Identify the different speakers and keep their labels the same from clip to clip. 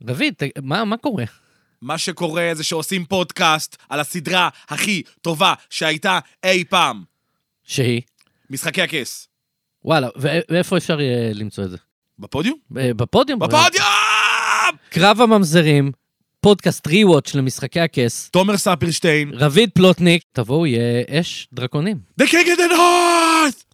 Speaker 1: רביד, מה קורה?
Speaker 2: מה שקורה זה שעושים פודקאסט על הסדרה הכי טובה שהייתה אי פעם.
Speaker 1: שהיא?
Speaker 2: משחקי הכס.
Speaker 1: וואלה, ואיפה אפשר למצוא את זה?
Speaker 2: בפודיום?
Speaker 1: בפודיום?
Speaker 2: בפודיום!
Speaker 1: קרב הממזרים, פודקאסט רי-וואץ' למשחקי הכס.
Speaker 2: תומר ספירשטיין.
Speaker 1: רביד פלוטניק. תבואו, יהיה אש דרקונים.
Speaker 2: The King of the North!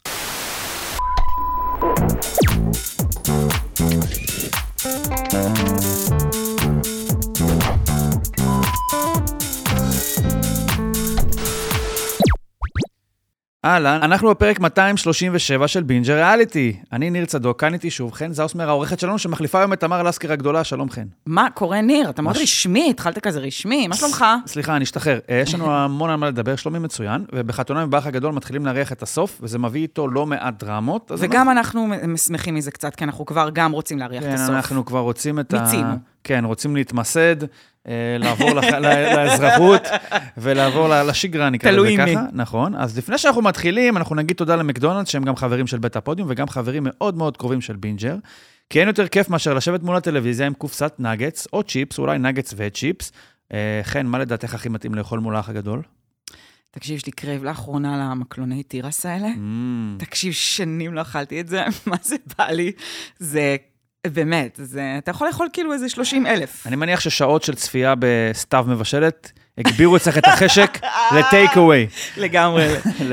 Speaker 3: אהלן, אנחנו בפרק 237 של בינג'ר ריאליטי. אני ניר צדוק, כאן איתי שוב, חן זאוסמר, העורכת שלנו, שמחליפה היום את תמר לסקר הגדולה. שלום חן.
Speaker 4: מה קורה ניר? אתה מאוד רשמי, התחלת כזה רשמי, מה שלומך?
Speaker 3: סליחה, אני אשתחרר. יש לנו המון על מה לדבר, שלומי מצוין, ובחתונה מבאח הגדול מתחילים להריח את הסוף, וזה מביא איתו לא מעט דרמות.
Speaker 4: וגם אנחנו שמחים מזה קצת, כי אנחנו כבר גם רוצים להריח את הסוף.
Speaker 3: כן, אנחנו כבר רוצים את
Speaker 4: מיצינו.
Speaker 3: כן, רוצים להתמסד, לעבור לאזרחות, ולעבור לשגרה, נקרא לזה ככה. נכון. אז לפני שאנחנו מתחילים, אנחנו נגיד תודה למקדונלדס, שהם גם חברים של בית הפודיום, וגם חברים מאוד מאוד קרובים של בינג'ר, כי אין יותר כיף מאשר לשבת מול הטלוויזיה עם קופסת נגטס, או צ'יפס, אולי נגטס וצ'יפס. חן, מה לדעתך הכי מתאים לאכול מול האח הגדול?
Speaker 4: תקשיב, יש לי קרב לאחרונה למקלוני תירס האלה. תקשיב, שנים לא אכלתי את זה, מה זה בא לי? זה באמת, אתה יכול לאכול כאילו איזה 30,000.
Speaker 3: אני מניח ששעות של צפייה בסתיו מבשלת, הגבירו אצלך את החשק לטייק אווי.
Speaker 4: לגמרי,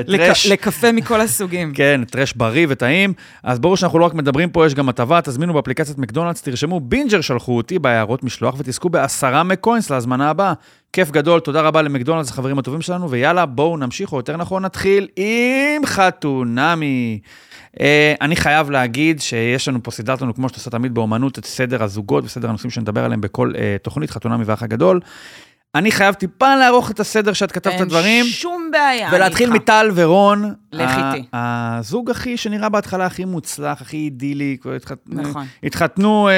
Speaker 4: לקפה מכל הסוגים.
Speaker 3: כן, טרש בריא וטעים. אז ברור שאנחנו לא רק מדברים פה, יש גם הטבה, תזמינו באפליקציית מקדונלדס, תרשמו בינג'ר שלחו אותי בהערות משלוח, ותזכו ב10 מקוינס להזמנה הבאה. כיף גדול, תודה רבה למקדונלדס, החברים הטובים שלנו, ויאללה, בואו נמשיך, או יותר נכון נתחיל עם חתונמי. אני חייב להגיד שיש לנו פה, סידרת לנו, כמו שאתה עושה תמיד באומנות, את סדר הזוגות וסדר הנושאים שנדבר עליהם בכל תוכנית, חתונמי והאח הגדול. אני חייב טיפה לערוך את הסדר שאת כתבת את הדברים.
Speaker 4: אין שום בעיה.
Speaker 3: ולהתחיל מטל ורון.
Speaker 4: לך איתי.
Speaker 3: הזוג הכי, שנראה בהתחלה הכי מוצלח, הכי אידילי.
Speaker 4: נכון.
Speaker 3: התחתנו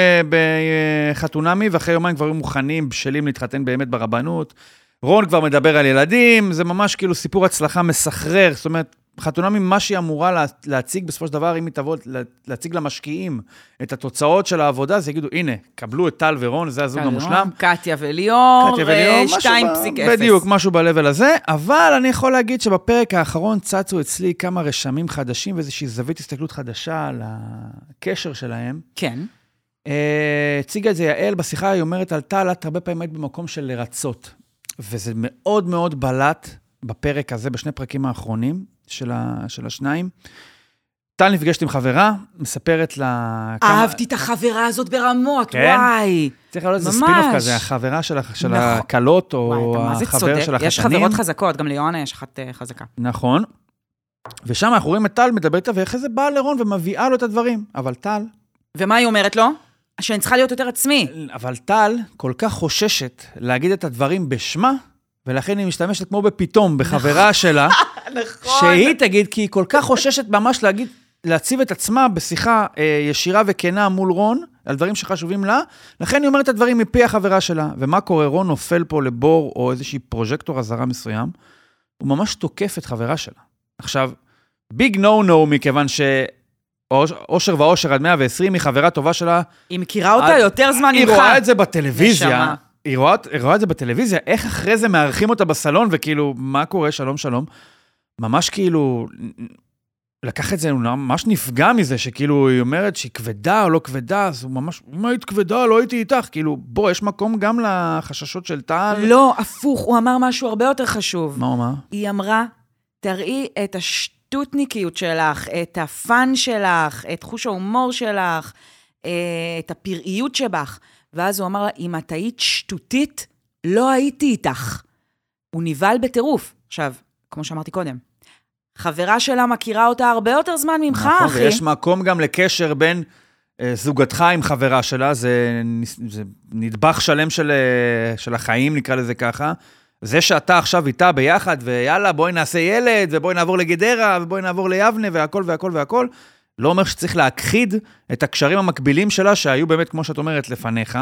Speaker 3: בחתונמי, ואחרי יומיים כבר היו מוכנים, בשלים להתחתן באמת ברבנות. רון כבר מדבר על ילדים, זה ממש כאילו סיפור הצלחה מסחרר, זאת אומרת, חתונמי, מה שהיא אמורה להציג בסופו של דבר, אם היא תבוא להציג למשקיעים את התוצאות של העבודה, אז יגידו, הנה, קבלו את טל ורון, זה הזוג המושלם.
Speaker 4: קטיה וליאור, 2.0.
Speaker 3: בדיוק, משהו בלבל הזה, אבל אני יכול להגיד שבפרק האחרון צצו אצלי כמה רשמים חדשים, ואיזושהי זווית הסתכלות חדשה על הקשר שלהם.
Speaker 4: כן.
Speaker 3: הציגה את זה יעל, בשיחה היא אומרת על טל, את הרבה פעמים היית במקום של לרצות, וזה מאוד מאוד בלט בפרק הזה, בשני פרקים האחרונים, של השניים. טל נפגשת עם חברה, מספרת לה...
Speaker 4: אהבתי את החברה הזאת ברמות, וואי.
Speaker 3: צריך לראות איזה ספינוף כזה, החברה של הקלות, או החבר של החתנים.
Speaker 4: יש חברות חזקות, גם ליואנה יש אחת חזקה.
Speaker 3: נכון. ושם אנחנו רואים את טל מדברת, ואיך זה בא לרון ומביאה לו את הדברים. אבל טל...
Speaker 4: ומה היא אומרת לו? שאני צריכה להיות יותר עצמי.
Speaker 3: אבל טל כל כך חוששת להגיד את הדברים בשמה, ולכן היא משתמשת כמו בפתאום, בחברה שלה, שהיא תגיד, כי היא כל כך חוששת ממש להציב את עצמה בשיחה ישירה וכנה מול רון, על דברים שחשובים לה, לכן היא אומרת את הדברים מפי החברה שלה, ומה קורה? רון נופל פה לבור, או איזושהי פרוז'קטור הזרה מסוים, הוא ממש תוקף את חברה שלה. עכשיו, ביג נו, מכיוון שאושר ואושר עד 120, היא חברה טובה שלה.
Speaker 4: היא מכירה אותה יותר זמן ממך.
Speaker 3: היא רואה את זה בטלוויזיה, היא רואה את זה בטלוויזיה, איך אחרי זה מארחים אותה בסלון, וכאילו, מה קורה? שלום, שלום. ממש כאילו, לקח את זה, הוא ממש נפגע מזה, שכאילו, היא אומרת שהיא כבדה או לא כבדה, אז הוא ממש, אם היית כבדה, לא הייתי איתך, כאילו, בוא, יש מקום גם לחששות של טל.
Speaker 4: לא, הפוך, הוא אמר משהו הרבה יותר חשוב.
Speaker 3: מה הוא אמר?
Speaker 4: היא אמרה, תראי את השטותניקיות שלך, את הפן שלך, את חוש ההומור שלך, את הפראיות שבך. ואז הוא אמר לה, אם את היית שטותית, לא הייתי איתך. הוא ניבל בטירוף. עכשיו, כמו שאמרתי קודם, חברה שלה מכירה אותה הרבה יותר זמן ממך,
Speaker 3: נכון,
Speaker 4: אחי.
Speaker 3: ויש מקום גם לקשר בין זוגתך עם חברה שלה, זה נדבך שלם של החיים, נקרא לזה ככה. זה שאתה עכשיו איתה ביחד, ויאללה, בואי נעשה ילד, ובואי נעבור לגדרה, ובואי נעבור ליבנה, והכל והכל והכל, לא אומר שצריך להכחיד את הקשרים המקבילים שלה, שהיו באמת, כמו שאת אומרת, לפניך,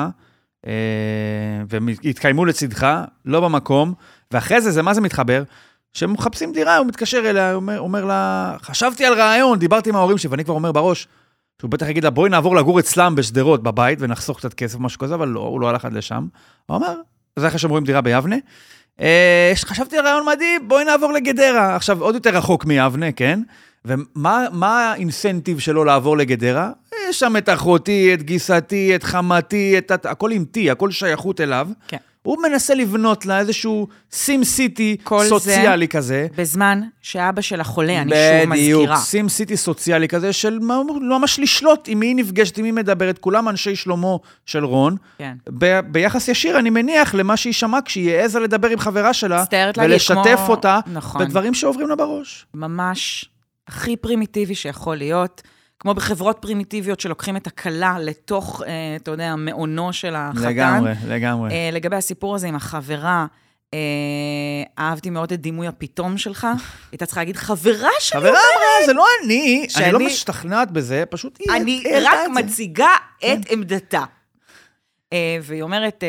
Speaker 3: והתקיימו לצדך, לא במקום, ואחרי זה, מה זה מתחבר? שהם מחפשים דירה, הוא מתקשר אליה, אומר לה, חשבתי על רעיון, דיברתי עם ההורים שלי, ואני כבר אומר בראש, שהוא בטח יגיד לה, בואי נעבור לגור אצלם בשדרות בבית, ונחסוך קצת כסף, משהו כזה, אבל לא, הוא לא הלך עד לשם. הוא אמר, זה אחרי שהם דירה ביבנה. חשבתי על רעיון מדהים, בואי נעבור לגדרה. עכשיו, עוד יותר רחוק מיבנה, כן? ומה האינסנטיב שלו לעבור לגדרה? יש שם את אחותי, את גיסתי, את חמתי, הכל אימתי, הכל שייכות אליו.
Speaker 4: כן.
Speaker 3: הוא מנסה לבנות לה איזשהו סים סיטי סוציאלי כזה.
Speaker 4: בזמן שאבא של החולה, אני שוב מזכירה.
Speaker 3: בדיוק, סים סיטי סוציאלי כזה של ממש לשלוט עם מי נפגשת, עם מי מדברת, כולם אנשי שלמה של רון.
Speaker 4: כן.
Speaker 3: ביחס ישיר, אני מניח למה שהיא שמעה, כשהיא העזה לדבר עם חברה שלה, ולשתף אותה בדברים שעוברים לה בראש.
Speaker 4: ממש הכי פרימיטיבי שיכול להיות. כמו בחברות פרימיטיביות שלוקחים את הקלה לתוך, אתה יודע, מעונו של החתן.
Speaker 3: לגמרי, לגמרי.
Speaker 4: לגבי הסיפור הזה עם החברה, אהבתי מאוד את דימוי הפתאום שלך. הייתה צריכה להגיד, חברה שלי אומרת.
Speaker 3: חברה אמרה, זה לא אני לא משתכנעת בזה, פשוט היא...
Speaker 4: אני רק מציגה את עמדתה. והיא אומרת,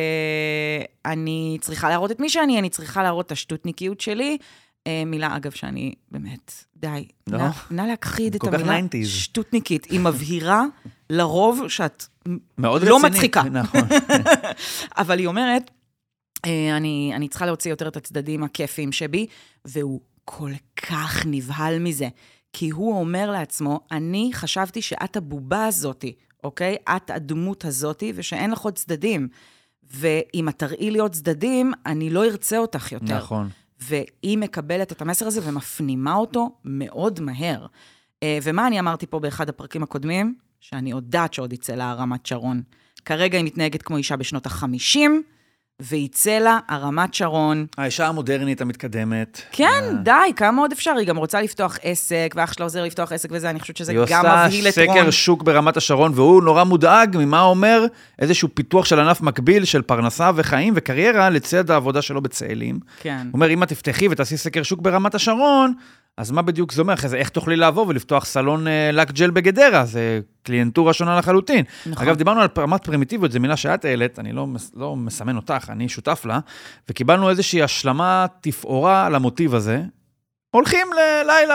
Speaker 4: אני צריכה להראות את מי שאני, אני צריכה להראות את השטותניקיות שלי. מילה, אגב, שאני באמת, די, נא להכחיד את המילה שטותניקית. היא מבהירה לרוב שאת לא מצחיקה.
Speaker 3: נכון.
Speaker 4: אבל היא אומרת, אני צריכה להוציא יותר את הצדדים הכיפיים שבי, והוא כל כך נבהל מזה, כי הוא אומר לעצמו, אני חשבתי שאת הבובה הזאת, אוקיי? את הדמות הזאת, ושאין לך עוד צדדים. ואם את תראי לי עוד צדדים, אני לא ארצה אותך יותר.
Speaker 3: נכון.
Speaker 4: והיא מקבלת את המסר הזה ומפנימה אותו מאוד מהר. ומה אני אמרתי פה באחד הפרקים הקודמים? שאני יודעת שעוד יצא לה הרמת שרון. כרגע היא מתנהגת כמו אישה בשנות ה-50, ויצא לה הרמת שרון.
Speaker 3: האישה המודרנית המתקדמת.
Speaker 4: כן, די, כמה עוד אפשר? היא גם רוצה לפתוח עסק, ואח שלה עוזר לפתוח עסק וזה, אני חושבת שזה גם מבהיל את רון.
Speaker 3: היא עושה סקר שוק ברמת השרון, והוא נורא מודאג ממה אומר איזשהו פיתוח של ענף מקביל, של פרנסה וחיים וקריירה, לצד העבודה שלו בצאלים.
Speaker 4: כן.
Speaker 3: הוא אומר, אם את תפתחי ותעשי סקר שוק ברמת השרון, אז מה בדיוק זה אומר? איך תוכלי לעבור ולפתוח סלון לק ג'ל בגדרה? זה קליינטורה שונה לחלוטין. נכון. אגב, דיברנו על רמת פרימיטיביות, זו מילה שאת העלית, אני לא מסמן אותך, אני שותף לה, וקיבלנו איזושהי השלמה תפאורה למוטיב הזה. הולכים ללילה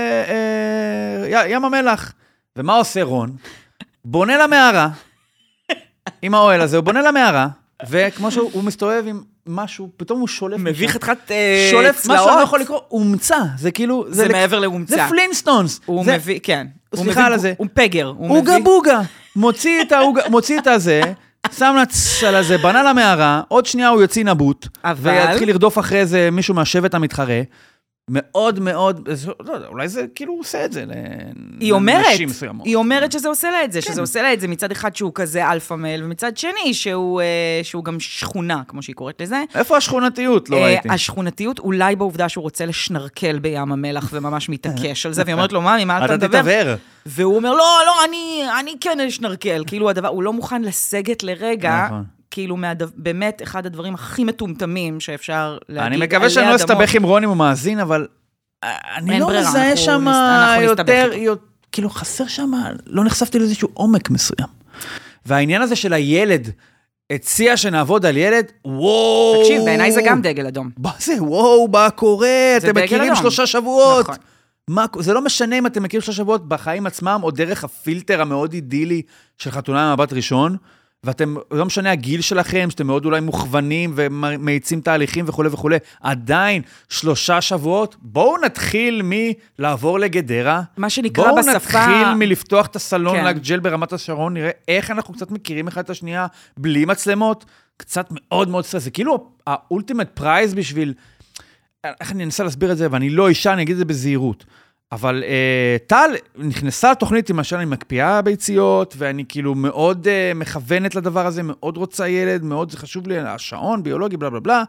Speaker 3: בים המלח, ומה עושה רון? בונה למערה, עם האוהל הזה, הוא בונה למערה, וכמו שהוא מסתובב עם משהו, פתאום הוא שולף.
Speaker 4: מביא חתיכת
Speaker 3: שולף משהו, אני לא יכול לקרוא, הומצא, זה כאילו...
Speaker 4: זה מעבר להומצא.
Speaker 3: זה פלינסטונס.
Speaker 4: הוא מביא, כן.
Speaker 3: סליחה על זה.
Speaker 4: הוא פגר.
Speaker 3: אוגה בוגה. מוציא את הזה, שם על הזה, בנה למערה, עוד שנייה הוא יוציא נבוט, ויתחיל לרדוף אחרי זה מישהו מהשבט המתחרה, מאוד מאוד, אולי זה כאילו עושה את זה לנשים מסוימות.
Speaker 4: היא אומרת שזה עושה לה את זה, שזה עושה לה את זה מצד אחד שהוא כזה אלפא מייל, ומצד שני שהוא גם שכונה, כמו שהיא קוראת לזה.
Speaker 3: איפה השכונתיות? לא ראיתי.
Speaker 4: השכונתיות אולי בעובדה שהוא רוצה לשנרקל בים המלח, וממש מתעקש על זה, והיא אומרת לו, מה אתה מדבר?
Speaker 3: אתה תתעבר.
Speaker 4: והוא אומר, לא, אני כן לשנרקל, כאילו הדבר, הוא לא מוכן לסגת לרגע, כאילו באמת אחד הדברים הכי מטומטמים שאפשר להגיד.
Speaker 3: אני מקווה שאני לא אסתבך עם רוני ומאזין, אבל אני לא מזהה שם יותר, כאילו חסר שם, לא נחשפתי לאיזשהו עומק מסוים. והעניין הזה של הילד, הציע שנעבוד על ילד, וואו.
Speaker 4: תקשיב, בעיניי זה גם דגל אדום.
Speaker 3: זה וואו, מה קורה? אתם מכירים 3 שבועות.
Speaker 4: נכון.
Speaker 3: זה לא משנה אם אתם מכירים 3 שבועות בחיים עצמם, או דרך הפילטר המאוד אידילי של חתונה ממבט ראשון, ואתם, לא משנה הגיל שלכם, שאתם מאוד אולי מוכוונים ומאיצים תהליכים וכו' וכו', עדיין 3 שבועות, בואו נתחיל מלעבור לגדרה,
Speaker 4: מה שנקרא בשפה...
Speaker 3: בואו נתחיל מלפתוח את הסלון לג'ל ברמת השרון, נראה איך אנחנו קצת מכירים אחד את השנייה, בלי מצלמות, קצת מאוד מאוד סטרס, זה כאילו האולטימט פרייז בשביל, איך אני אנסה להסביר את זה, ואני לא אישה, אני אגיד את זה בזהירות, אבל טל נכנסה לתוכנית עם השנה, אני מקפיאה ביציות, ואני כאילו מאוד מכוונת לדבר הזה, מאוד רוצה ילד, מאוד זה חשוב לי, השעון, ביולוגי, בלה בלה בלה,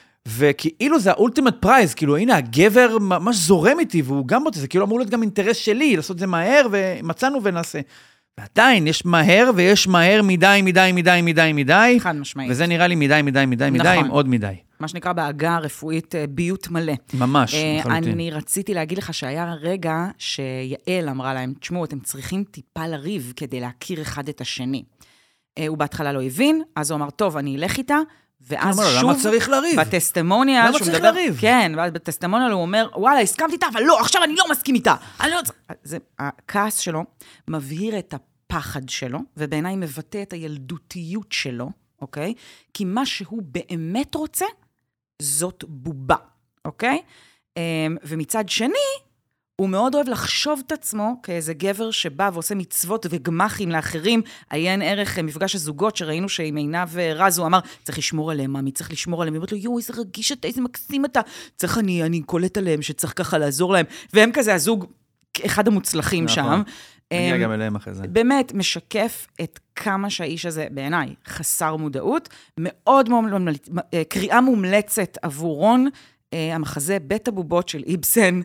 Speaker 3: וכאילו זה האולטימט פרייז, כאילו הנה הגבר ממש זורם איתי, והוא גם רוצה, זה כאילו אמור להיות גם אינטרס שלי, לעשות את זה מהר, ומצאנו ונעשה. ועדיין יש מהר, ויש מהר מדי, מדי, מדי, מדי, מדי,
Speaker 4: חד משמעית.
Speaker 3: וזה נראה לי מדי, מדי, מדי, מדי, עם עוד מדי.
Speaker 4: מה שנקרא בהגה הרפואית ביות מלא.
Speaker 3: ממש, לחלוטין.
Speaker 4: אני רציתי להגיד לך שהיה רגע שיעל אמרה להם, תשמעו, אתם צריכים טיפה לריב כדי להכיר אחד את השני. הוא בהתחלה לא הבין, אז הוא אמר, טוב, אני אלך איתה, ואז שוב,
Speaker 3: למה צריך לריב?
Speaker 4: בטסטימוניאל,
Speaker 3: למה צריך לריב?
Speaker 4: כן, ואז בטסטימוניאל הוא אומר, וואלה, הסכמתי איתה, אבל לא, עכשיו אני לא מסכים איתה. הכעס שלו מבהיר את הפחד שלו, ובעיניי מבטא את הילדותיות שלו, אוקיי? כי מה שהוא באמת רוצה, זאת בובה, אוקיי? ומצד שני, הוא מאוד אוהב לחשוב את עצמו כאיזה גבר שבא ועושה מצוות וגמחים לאחרים, עיין ערך מפגש הזוגות שראינו שעם עיניו רז, הוא אמר, צריך לשמור עליהם, ממי צריך לשמור עליהם, ואומרת לו, יו, איזה רגיש אתה, איזה מקסים אתה, צריך אני קולט עליהם, שצריך ככה לעזור להם, והם כזה הזוג, אחד המוצלחים שם.
Speaker 3: נגיע גם אליהם אחרי זה.
Speaker 4: באמת משקף את כמה שהאיש הזה, בעיניי, חסר מודעות, מאוד קריאה מומלצת עבור רון, המחזה בית הבובות של איבסן,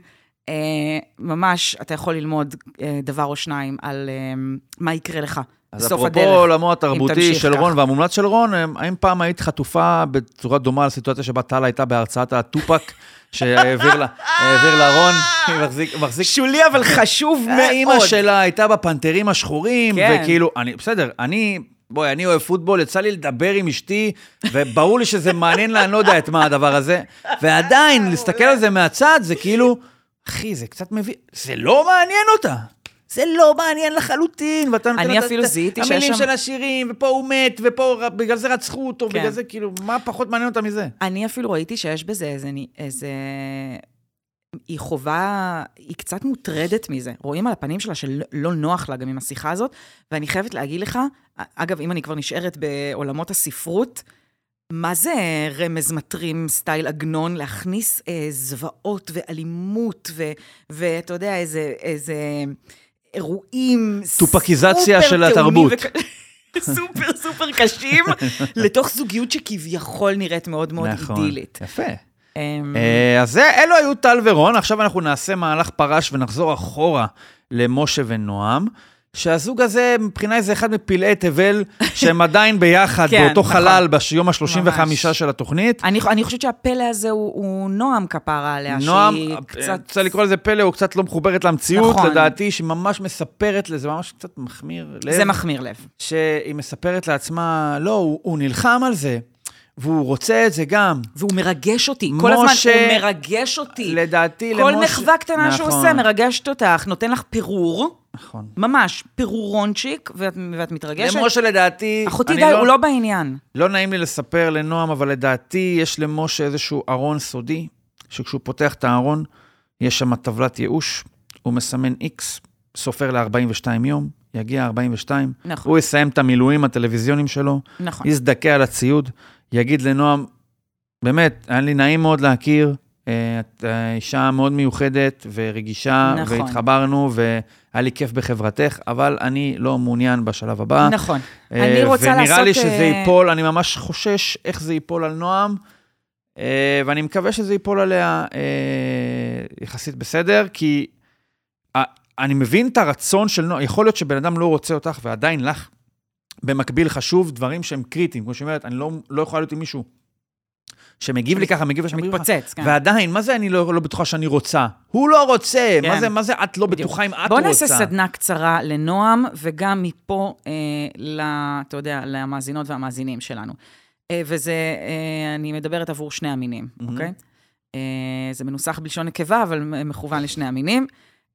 Speaker 4: ממש, אתה יכול ללמוד דבר או שניים על מה יקרה לך בסוף הדרך.
Speaker 3: אז אפרופו עולמו התרבותי של רון והמומלץ של רון, האם פעם היית חטופה בצורה דומה לסיטואציה שבה טל הייתה בהרצאת הטופק, שהעביר לה רון, מחזיק...
Speaker 4: שולי אבל חשוב מאוד.
Speaker 3: אמא שלה הייתה בפנתרים השחורים, וכאילו, בסדר, בואי, אני אוהב פוטבול, יצא לי לדבר עם אשתי, וברור לי שזה מעניין לה, אני לא יודע את מה הדבר הזה, ועדיין, להסתכל על זה מהצד, זה כאילו, אחי, זה קצת מביא, זה לא מעניין אותה. זה לא מעניין לחלוטין.
Speaker 4: אני אפילו זיהיתי שיש שם...
Speaker 3: המילים של השירים, ופה הוא מת, ופה בגלל זה רצחו אותו, בגלל זה כאילו, מה פחות מעניין אותה מזה?
Speaker 4: אני אפילו ראיתי שיש בזה איזה... היא חובה, היא קצת מוטרדת מזה. רואים על הפנים שלה שלא נוח לה גם עם השיחה הזאת, ואני חייבת להגיד לך, אגב, אם אני כבר נשארת בעולמות הספרות, מה זה רמז מטרים סטייל עגנון, להכניס זוועות ואלימות, ואתה יודע, איזה אירועים...
Speaker 3: טופקיזציה של התרבות.
Speaker 4: סופר סופר קשים, לתוך זוגיות שכביכול נראית מאוד מאוד אידילית.
Speaker 3: יפה. אז אלו היו טל ורון, עכשיו אנחנו נעשה מהלך פרש ונחזור אחורה למשה ונועם, שהזוג הזה מבחינה זה אחד מפלאי תבל, שהם עדיין ביחד באותו חלל ביום ה-35 של התוכנית.
Speaker 4: אני חושבת שהפלא הזה הוא נועם כפרה עליה,
Speaker 3: נועם, צריך לקרוא לזה פלא, הוא קצת לא מחוברת למציאות, לדעתי, שהיא ממש מספרת לזה, ממש קצת מחמיר לב.
Speaker 4: זה מחמיר לב.
Speaker 3: שהיא מספרת לעצמה, לא, הוא נלחם על זה, והוא רוצה את זה גם.
Speaker 4: והוא מרגש אותי. כל הזמן הוא מרגש אותי.
Speaker 3: לדעתי,
Speaker 4: כל מחווה קטנה שהוא עושה, מרגשת אותך, נותן לך פירור.
Speaker 3: נכון.
Speaker 4: ממש, פירורונצ'יק, ואת מתרגשת.
Speaker 3: למשה לדעתי...
Speaker 4: אחותי די, הוא לא בעניין.
Speaker 3: לא נעים לי לספר לנועם, אבל לדעתי יש למשה איזשהו ארון סודי, שכשהוא פותח את הארון, יש שם טבלת ייאוש, הוא מסמן X, סופר ל-42 יום, יגיע 42, נכון. הוא יסיים את המילואים הטלוויזיונים שלו, נכון. יזדכה על הציוד, יגיד לנועם, באמת, היה לי נעים מאוד להכיר, את אישה מאוד מיוחדת ורגישה, נכון. והתחברנו, והיה לי כיף בחברתך, אבל אני לא מעוניין בשלב הבא.
Speaker 4: נכון. אני רוצה לעשות...
Speaker 3: ונראה לי שזה ייפול, אני ממש חושש איך זה ייפול על נועם, ואני מקווה שזה ייפול עליה יחסית בסדר, כי אני מבין את הרצון של נועם, יכול להיות שבן אדם לא רוצה אותך, ועדיין לך, במקביל חשוב דברים שהם קריטיים, כמו שאומרת, אני לא יכולה להיות עם מישהו, שמגיב לי ככה, מגיב לי ככה, ועדיין, מה זה אני לא בטוחה שאני רוצה? הוא לא רוצה, מה זה את לא בטוחה אם את רוצה?
Speaker 4: בוא נעשה סדנה קצרה לנועם, וגם מפה, אתה יודע, למאזינות והמאזינים שלנו. וזה, אני מדברת עבור שני המינים, אוקיי? זה מנוסח בלשון נקבה, אבל מכוון לשני המינים.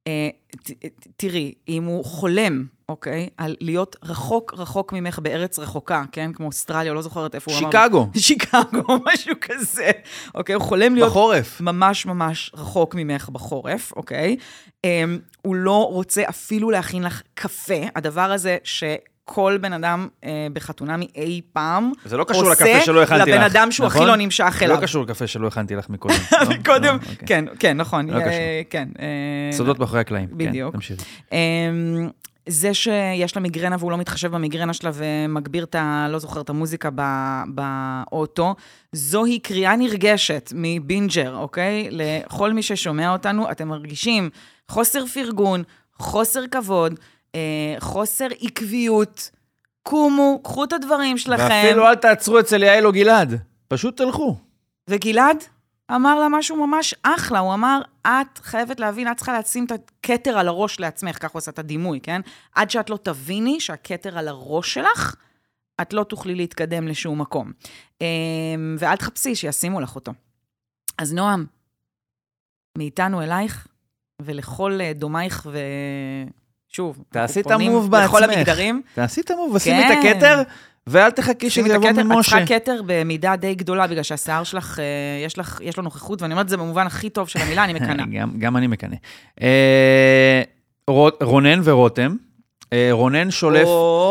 Speaker 4: תראי, אם הוא חולם, אוקיי, על להיות רחוק ממך בארץ רחוקה, כן? כמו אוסטרליה, לא זוכרת איפה הוא אמר. שיקגו, משהו כזה. אוקיי, הוא חולם להיות...
Speaker 3: בחורף.
Speaker 4: ממש ממש רחוק ממך בחורף, אוקיי? הוא לא רוצה אפילו להכין לך קפה, הדבר הזה כל בן אדם בחתונה מאי פעם,
Speaker 3: זה לא קשור לקפה שלא הכנתי לך.
Speaker 4: לבן אדם שהוא הכי לא נמשך אליו.
Speaker 3: זה לא קשור לקפה שלא הכנתי לך מקודם.
Speaker 4: קודם, כן, נכון.
Speaker 3: לא קשור. סודות מאחורי הקלעים.
Speaker 4: בדיוק. זה שיש לה מיגרנה והוא לא מתחשב במיגרנה שלה ומגביר לא זוכר את המוזיקה באוטו, זוהי קריאה נרגשת מבינג'ר, אוקיי? לכל מי ששומע אותנו, אתם מרגישים חוסר פרגון, חוסר כבוד, חוסר עקביות, קומו, קחו את הדברים שלכם.
Speaker 3: ואפילו אל תעצרו אצל יעל או גלעד, פשוט תלכו.
Speaker 4: וגלעד אמר לה משהו ממש אחלה, הוא אמר, את חייבת להבין, את צריכה לשים את הכתר על הראש לעצמך, כך עושה את הדימוי, כן? עד שאת לא תביני שהכתר על הראש שלך, את לא תוכלי להתקדם לשום מקום. ואל תחפשי שישימו לך אותו. אז נועם, מאיתנו אלייך, ולכל דומייך שוב,
Speaker 3: תעשי את
Speaker 4: פונים
Speaker 3: המוב
Speaker 4: בכל
Speaker 3: בעצמך.
Speaker 4: המגדרים.
Speaker 3: תעשי את המוב, ושימי את הכתר, ואל תחכי שזה יבוא ממשה.
Speaker 4: את צריכה כתר במידה די גדולה, בגלל שהשיער שלך, יש לו נוכחות, ואני אומרת את זה במובן הכי טוב של המילה, אני מקנה.
Speaker 3: גם אני מקנה. רונן ורותם. רונן שולף.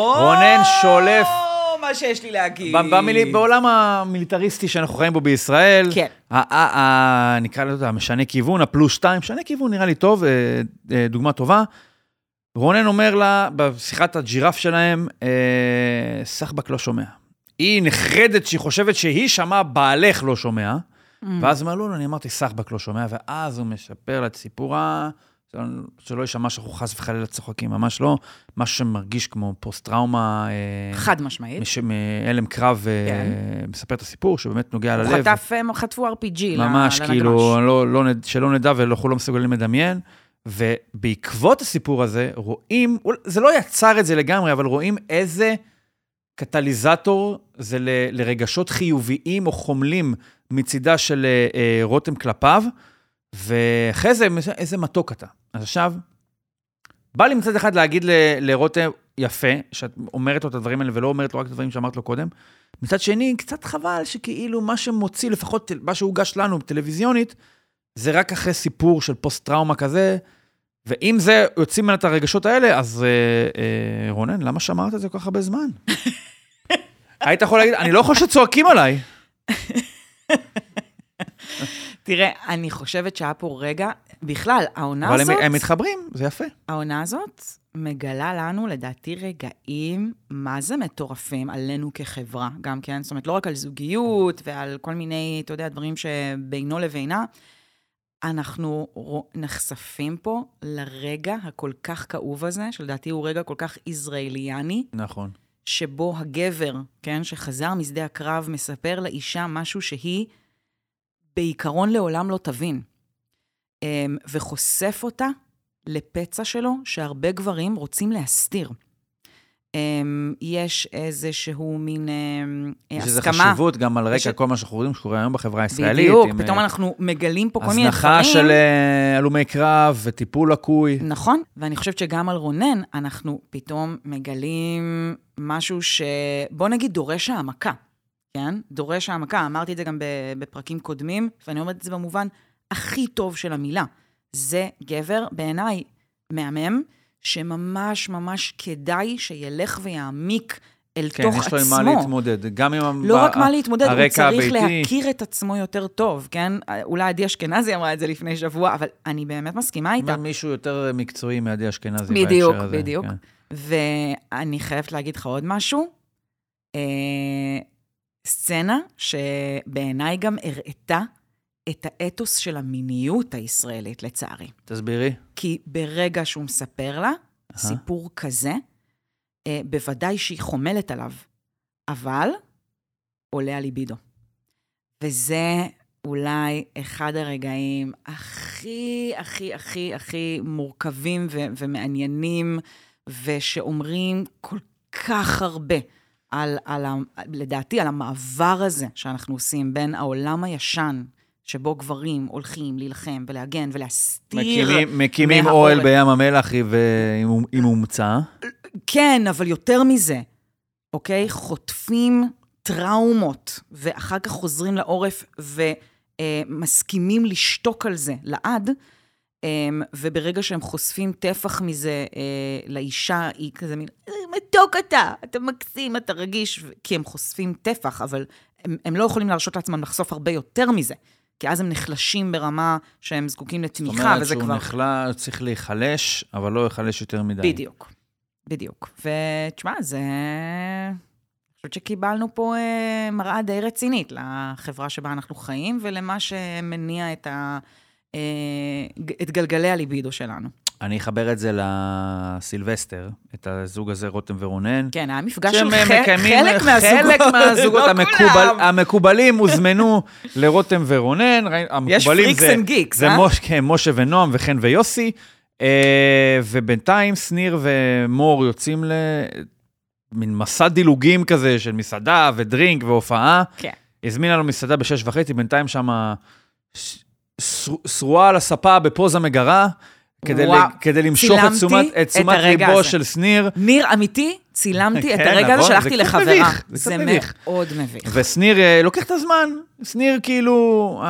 Speaker 4: מה שיש לי להגיד.
Speaker 3: בעולם המיליטריסטי שאנחנו חיים בו בישראל,
Speaker 4: כן.
Speaker 3: נקרא לזה, משנה כיוון, הפלוס 2, משנה כיוון נראה לי טוב, דוגמה טובה. רונן אומר לה, בשיחת הג'ירף שלהם, סחבק לא שומע. היא נחרדת שהיא חושבת שהיא שמעה, בעלך לא שומע, ואז הוא אומר, לא, אני אמרתי, סחבק לא שומע, ואז הוא משפר לה את סיפורה, שלא יישמע שאנחנו חס וחלילה צוחקים, ממש לא, משהו שמרגיש כמו פוסט-טראומה,
Speaker 4: חד משמעית.
Speaker 3: מאלם קרב מספר את הסיפור, שבאמת נוגע ללב.
Speaker 4: חטפו RPG
Speaker 3: ממש, כאילו, שלא נדע ולא מסוגלים לדמיין, ובעקבות הסיפור הזה, רואים, זה לא יצר את זה לגמרי, אבל רואים איזה קטליזטור זה לרגשות חיוביים או חומלים מצידה של רותם כלפיו, ואחרי זה, איזה מתוק אתה. אז עכשיו, בא לי מצד אחד להגיד לרותם יפה, שאת אומרת לו את הדברים האלה, ולא אומרת לו רק את הדברים שאמרת לו קודם, מצד שני, קצת חבל שכאילו מה שמוציא, לפחות מה שהוגש לנו בטלוויזיונית, זה רק אחרי סיפור של פוסט-טראומה כזה, ואם זה יוצאים מן את הרגשות האלה, אז רונן, למה שמרת את זה כל כך הרבה זמן? היית יכול להגיד, אני לא חושב שצועקים עליי.
Speaker 4: תראה, אני חושבת שהיה פה רגע, בכלל, העונה הזאת...
Speaker 3: אבל הם מתחברים, זה יפה.
Speaker 4: העונה הזאת מגלה לנו, לדעתי, רגעים, מה זה מטורפים עלינו כחברה, גם כן, זאת אומרת, לא רק על זוגיות ועל כל מיני, אתה יודע, דברים שבינו לבינה, אנחנו נחשפים פה לרגע הכל כך כאוב הזה, שלדעתי הוא רגע כל כך ישראליאני.
Speaker 3: נכון.
Speaker 4: שבו הגבר, כן, שחזר משדה הקרב, מספר לאישה משהו שהיא בעיקרון לעולם לא תבין. וחושף אותה לפצע שלו, שהרבה גברים רוצים להסתיר. יש איזשהו מין הסכמה.
Speaker 3: יש איזו חשיבות גם על רקע כל מה שאנחנו רואים שקורה היום בחברה הישראלית.
Speaker 4: בדיוק, פתאום אנחנו מגלים פה כל מיני דברים.
Speaker 3: הזנחה של הלומי קרב וטיפול לקוי.
Speaker 4: נכון, ואני חושבת שגם על רונן אנחנו פתאום מגלים משהו שבוא נגיד דורש העמקה. כן? דורש העמקה, אמרתי את זה גם בפרקים קודמים, ואני אומרת את זה במובן הכי טוב של המילה. זה גבר בעיניי מהמם, שממש ממש כדאי שילך ויעמיק אל תוך עצמו. כן, יש לו עם מה להתמודד. גם עם
Speaker 3: לא
Speaker 4: רק מה להתמודד, הוא צריך להכיר את עצמו יותר טוב, כן? אולי עדי אשכנזי אמרה את זה לפני שבוע, אבל אני באמת מסכימה איתה.
Speaker 3: מישהו יותר מקצועי מעדי אשכנזי.
Speaker 4: בדיוק, בדיוק. ואני חייבת להגיד לך עוד משהו. סצנה שבעיניי גם הראתה את האתוס של המיניות הישראלית, לצערי.
Speaker 3: תסבירי.
Speaker 4: כי ברגע שהוא מספר לה, סיפור כזה, בוודאי שהיא חומלת עליו, אבל עולה על ליבידו. וזה אולי אחד הרגעים הכי, הכי, הכי, הכי מורכבים ומעניינים, ושאומרים כל כך הרבה, לדעתי, על המעבר הזה שאנחנו עושים בין העולם הישן, שבו גברים הולכים להילחם ולהגן ולהסתיר.
Speaker 3: מקימים אוהל בים המלח עם מומצא.
Speaker 4: כן, אבל יותר מזה, אוקיי? חוטפים טראומות, ואחר כך חוזרים לעורף ומסכימים לשתוק על זה לעד, וברגע שהם חושפים טפח מזה לאישה, היא כזה מין, מתוק אתה מקסים, אתה רגיש, כי הם חושפים טפח, אבל הם לא יכולים להרשות לעצמם לחשוף הרבה יותר מזה, כי אז הם נחלשים ברמה שהם זקוקים לתמיכה, וזה כבר...
Speaker 3: זאת אומרת שהוא צריך להיחלש, אבל לא יחלש יותר מדי.
Speaker 4: בדיוק, בדיוק. ותשמע, זה... אני חושבת שקיבלנו פה מראה די רצינית לחברה שבה אנחנו חיים, ולמה שמניע את גלגלי הליבידו שלנו.
Speaker 3: אני אחבר את זה לסילבסטר, את הזוג הזה, רותם ורונן.
Speaker 4: כן, המפגש של חלק
Speaker 3: מהזוגות המקובלים הוזמנו לרותם ורונן.
Speaker 4: יש פריקס אנד גיקס,
Speaker 3: זה משה ונועם וחן ויוסי, ובינתיים snיר ומור יוצאים למין מסע דילוגים כזה של מסעדה ודרינק והופעה.
Speaker 4: כן.
Speaker 3: הזמינה לו מסעדה ב6:30, בינתיים שם שרועה על הספה בפוזה מגרה, כדי למשוך את תשומת ליבו של שניר.
Speaker 4: ניר, אמיתי, צילמתי את הרגע הזה, שלחתי לחברה. זה מאוד מביך.
Speaker 3: ושניר לוקח את הזמן. שניר כאילו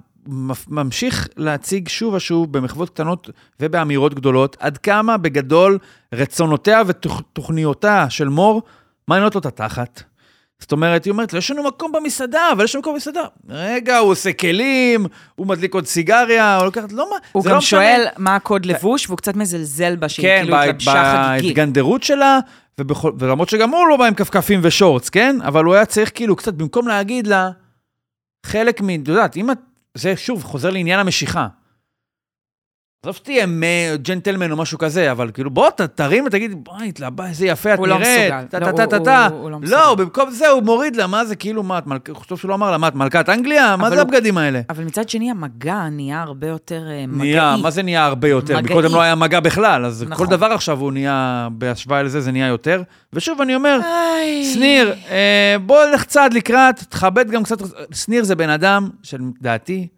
Speaker 3: ממשיך להציג שוב ושוב במחוות קטנות ובאמירות גדולות, עד כמה בגדול רצונותיה ותוכניותיה של מור מעניינות לו את התחת. זאת אומרת, היא אומרת, יש לנו מקום במסעדה, אבל יש לנו מקום במסעדה. רגע, הוא עושה כלים, הוא מדליק עוד סיגריה, הוא לוקח, לא מה.
Speaker 4: הוא גם שואל מה הקוד לבוש, והוא קצת מזלזל בה, שהיא כאילו התלבשה חגיגית.
Speaker 3: בהתגנדרות שלה, ולמרות שגם הוא לא בא עם כפכפים ושורץ, כן? אבל הוא היה צריך כאילו קצת, במקום להגיד לה, חלק מ... אתה יודעת, אם את... זה שוב חוזר לעניין המשיכה. בסוף תהיה ג'נטלמן או משהו כזה, אבל כאילו בוא תרים ותגיד, בואי, איזה יפה את נראית.
Speaker 4: הוא לא מסוגל.
Speaker 3: לא, במקום זה הוא מוריד לה, מה זה כאילו, הוא חושב שהוא לא אמר לה, מה, את מלכת אנגליה? מה זה הבגדים האלה?
Speaker 4: אבל מצד שני, המגע נהיה הרבה יותר מגעי.
Speaker 3: מה זה נהיה הרבה יותר? מקודם לא היה מגע בכלל, אז כל דבר עכשיו הוא נהיה, בהשוואה לזה זה נהיה יותר. ושוב אני אומר, שניר, בוא נלך צעד לקראת, תכבד גם קצת, שניר זה בן אדם של דעתי,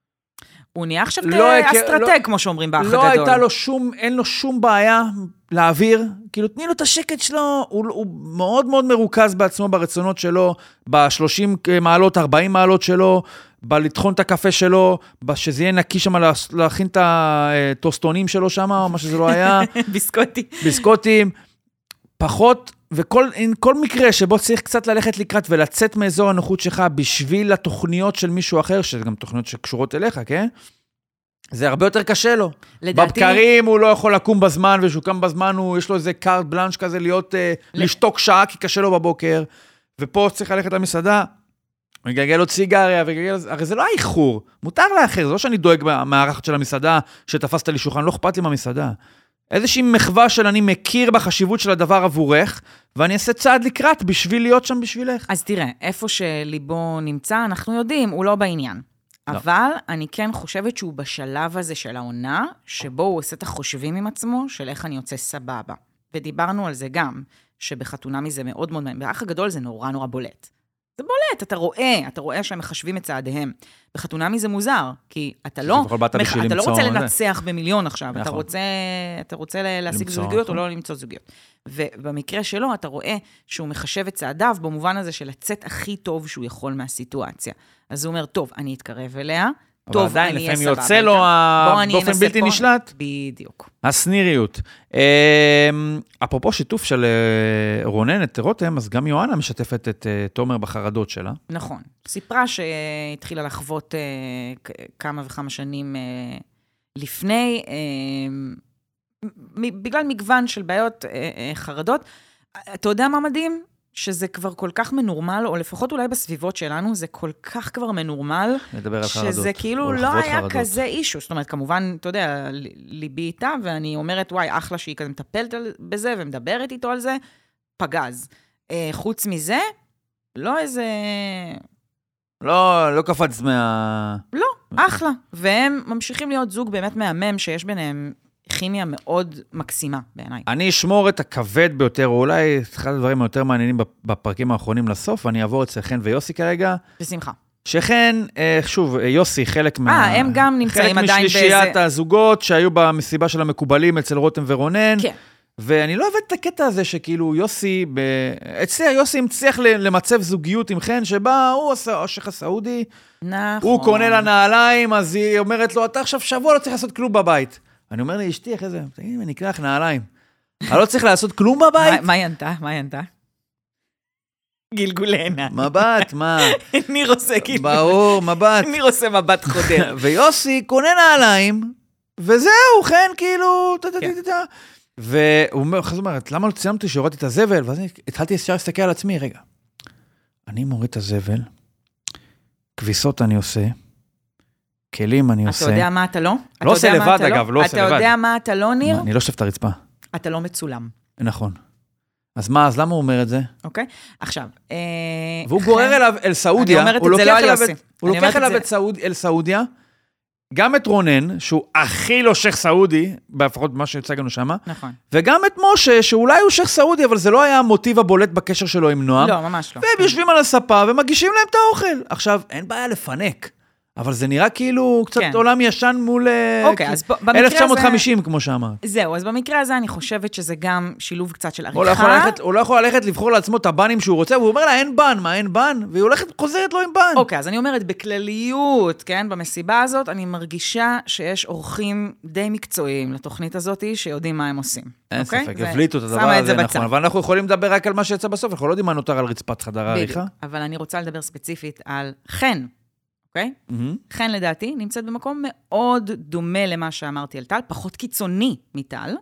Speaker 4: הוא נהיה עכשיו אסטרטג, כמו שאומרים באח הגדול.
Speaker 3: לא הייתה לו אין לו שום בעיה להעביר, כאילו תני לו את השקט שלו, הוא מאוד מאוד מרוכז בעצמו ברצונות שלו, ב-30 מעלות, 40 מעלות שלו, בלטחון את הקפה שלו, שזה יהיה נקי שם להכין את הטוסטונים שלו שם, או מה שזה לא היה. ביסקוטים. פחות, וכל מקרה שבו צריך קצת ללכת לקראת ולצאת מאזור הנוחות שלך בשביל התוכניות של מישהו אחר, שזה גם תוכניות שקשורות אליך, כן? זה הרבה יותר קשה לו. לדעתי... בבקרים הוא לא יכול לקום בזמן, ושהוא קם בזמן, יש לו איזה קארט בלנש כזה לשתוק שעה, כי קשה לו בבוקר, ופה צריך ללכת למסעדה, וגגל עוד סיגריה, הרי זה לא האיחור, מותר לאחר, זה לא שאני דואג מהערכת של המסעדה, שתפסת לי שולחן, לא אכפת לי מהמסעדה. איזושהי מחווה של אני מכיר בחשיבות של הדבר עבורך, ואני אעשה צעד לקראת בשביל להיות שם בשבילך.
Speaker 4: אז תראה, איפה שליבו נמצא, אנחנו יודעים, הוא לא בעניין. לא. אבל אני כן חושבת שהוא בשלב הזה של העונה, שבו הוא עושה את החושבים עם עצמו, של איך אני יוצא סבבה. ודיברנו על זה גם, שבחתונמי זה מאוד מאוד, באח הגדול זה נורא נורא בולט. זה בולט, אתה רואה שהם מחשבים את צעדיהם. בחתונמי זה מוזר, כי אתה לא רוצה לנצח במיליון עכשיו, אתה רוצה להשיג זוגיות או לא למצוא זוגיות. ובמקרה שלו אתה רואה שהוא מחשב את צעדיו, במובן הזה של לצאת הכי טוב שהוא יכול מהסיטואציה. אז הוא אומר, טוב, אני אתקרב אליה, טוב, אני אהיה סבבה.
Speaker 3: יוצא לו באופן בלתי נשלט.
Speaker 4: בדיוק.
Speaker 3: הסניריות. אפרופו שיתוף של רונן את רותם, אז גם יואנה משתפת את תומר בחרדות שלה.
Speaker 4: נכון. סיפרה שהתחילה לחוות כמה וכמה שנים לפני, בגלל מגוון של בעיות חרדות. אתה יודע מה מדהים? שזה כבר כל כך מנורמל, או לפחות אולי בסביבות שלנו, זה כל כך כבר מנורמל, שזה כאילו לא היה כזה אישו. זאת אומרת, כמובן, אתה יודע, ליבי איתה, ואני אומרת, וואי, אחלה שהיא כזה מטפלת בזה, ומדברת איתו על זה, פגז. חוץ מזה, לא איזה...
Speaker 3: לא קפץ מה...
Speaker 4: לא, אחלה. והם ממשיכים להיות זוג באמת מהמם, שיש ביניהם כימיה מאוד מקסימה בעיניי.
Speaker 3: אני אשמור את הכבד ביותר, או אולי אחד הדברים היותר מעניינים בפרקים האחרונים לסוף, ואני אעבור אצל חן ויוסי כרגע.
Speaker 4: בשמחה.
Speaker 3: שחן, שוב, יוסי, חלק
Speaker 4: הם גם נמצאים עדיין באיזה...
Speaker 3: חלק משלישיית הזוגות שהיו במסיבה של המקובלים אצל רותם ורונן. כן. ואני לא אוהבת את הקטע הזה שכאילו יוסי, יוסי מצליח למצב זוגיות עם חן, שבה הוא השייך הסעודי, הוא קונה לה נעליים, אז היא אומרת לו, אתה עכשיו שבוע לא צריך לעשות כלום בבית. אני אומר לי, אשתי, אחרי זה, תגיד, אני אקרא לך נעליים. אני לא צריך לעשות כלום בבית?
Speaker 4: מה היא ענתה? גלגולנה.
Speaker 3: מבט, מה?
Speaker 4: ניר עושה כאילו.
Speaker 3: ברור, מבט.
Speaker 4: ניר עושה מבט חודר.
Speaker 3: ויוסי קונה נעליים, וזהו, חן כאילו, והוא אומר, למה לא ציימתי שהורדתי את הזבל? ואז התחלתי להסתכל על עצמי, רגע. אני מוריד את הזבל, כביסות אני עושה, כלים אני עושה.
Speaker 4: אתה יודע מה אתה לא?
Speaker 3: לא עושה לבד, אגב, לא עושה לבד.
Speaker 4: אתה יודע מה אתה לא, ניר?
Speaker 3: אני לא שף את הרצפה.
Speaker 4: אתה לא מצולם.
Speaker 3: נכון. אז מה, אז למה הוא אומר את זה?
Speaker 4: אוקיי, עכשיו.
Speaker 3: והוא גורר אליו אל סעודיה.
Speaker 4: אני אומרת את זה לא על יוסי.
Speaker 3: הוא לוקח אליו אל סעודיה, גם את רונן, שהוא הכי לא שייך סעודי, לפחות מה שהצגנו שם,
Speaker 4: נכון.
Speaker 3: וגם את משה, שאולי הוא שייך סעודי, אבל זה לא היה המוטיב הבולט בקשר שלו עם נועם.
Speaker 4: לא, ממש לא.
Speaker 3: והם יושבים על הספה ומגישים להם את האוכל. עכשיו, אין בעיה לפנק. אבל זה נראה כאילו קצת
Speaker 4: כן.
Speaker 3: עולם ישן מול
Speaker 4: אוקיי, אז במקרה
Speaker 3: 1950, כמו שאמרת.
Speaker 4: זהו, אז במקרה הזה אני חושבת שזה גם שילוב קצת של
Speaker 3: הוא
Speaker 4: עריכה.
Speaker 3: לא יכול ללכת לבחור לעצמו את הבנים שהוא רוצה, והוא אומר לה, אין בן, מה אין בן? והיא הולכת, חוזרת לו עם בן.
Speaker 4: אוקיי, אז אני אומרת, בכלליות, כן, במסיבה הזאת, אני מרגישה שיש אורחים די מקצועיים לתוכנית הזאת, שיודעים מה הם עושים.
Speaker 3: אין
Speaker 4: אוקיי?
Speaker 3: ספק, הבליטו את הדבר
Speaker 4: שמה את
Speaker 3: הזה,
Speaker 4: זה
Speaker 3: נכון.
Speaker 4: בצד.
Speaker 3: אבל אנחנו יכולים לדבר רק על מה שיצא בסוף, אנחנו לא יודעים מה נותר על רצפת חדר העריכה.
Speaker 4: אבל אני רוצה לדבר ספציפית על חן, אוקיי? חן לדעתי נמצאת במקום מאוד דומה למה שאמרתי על טל, פחות קיצוני מטל,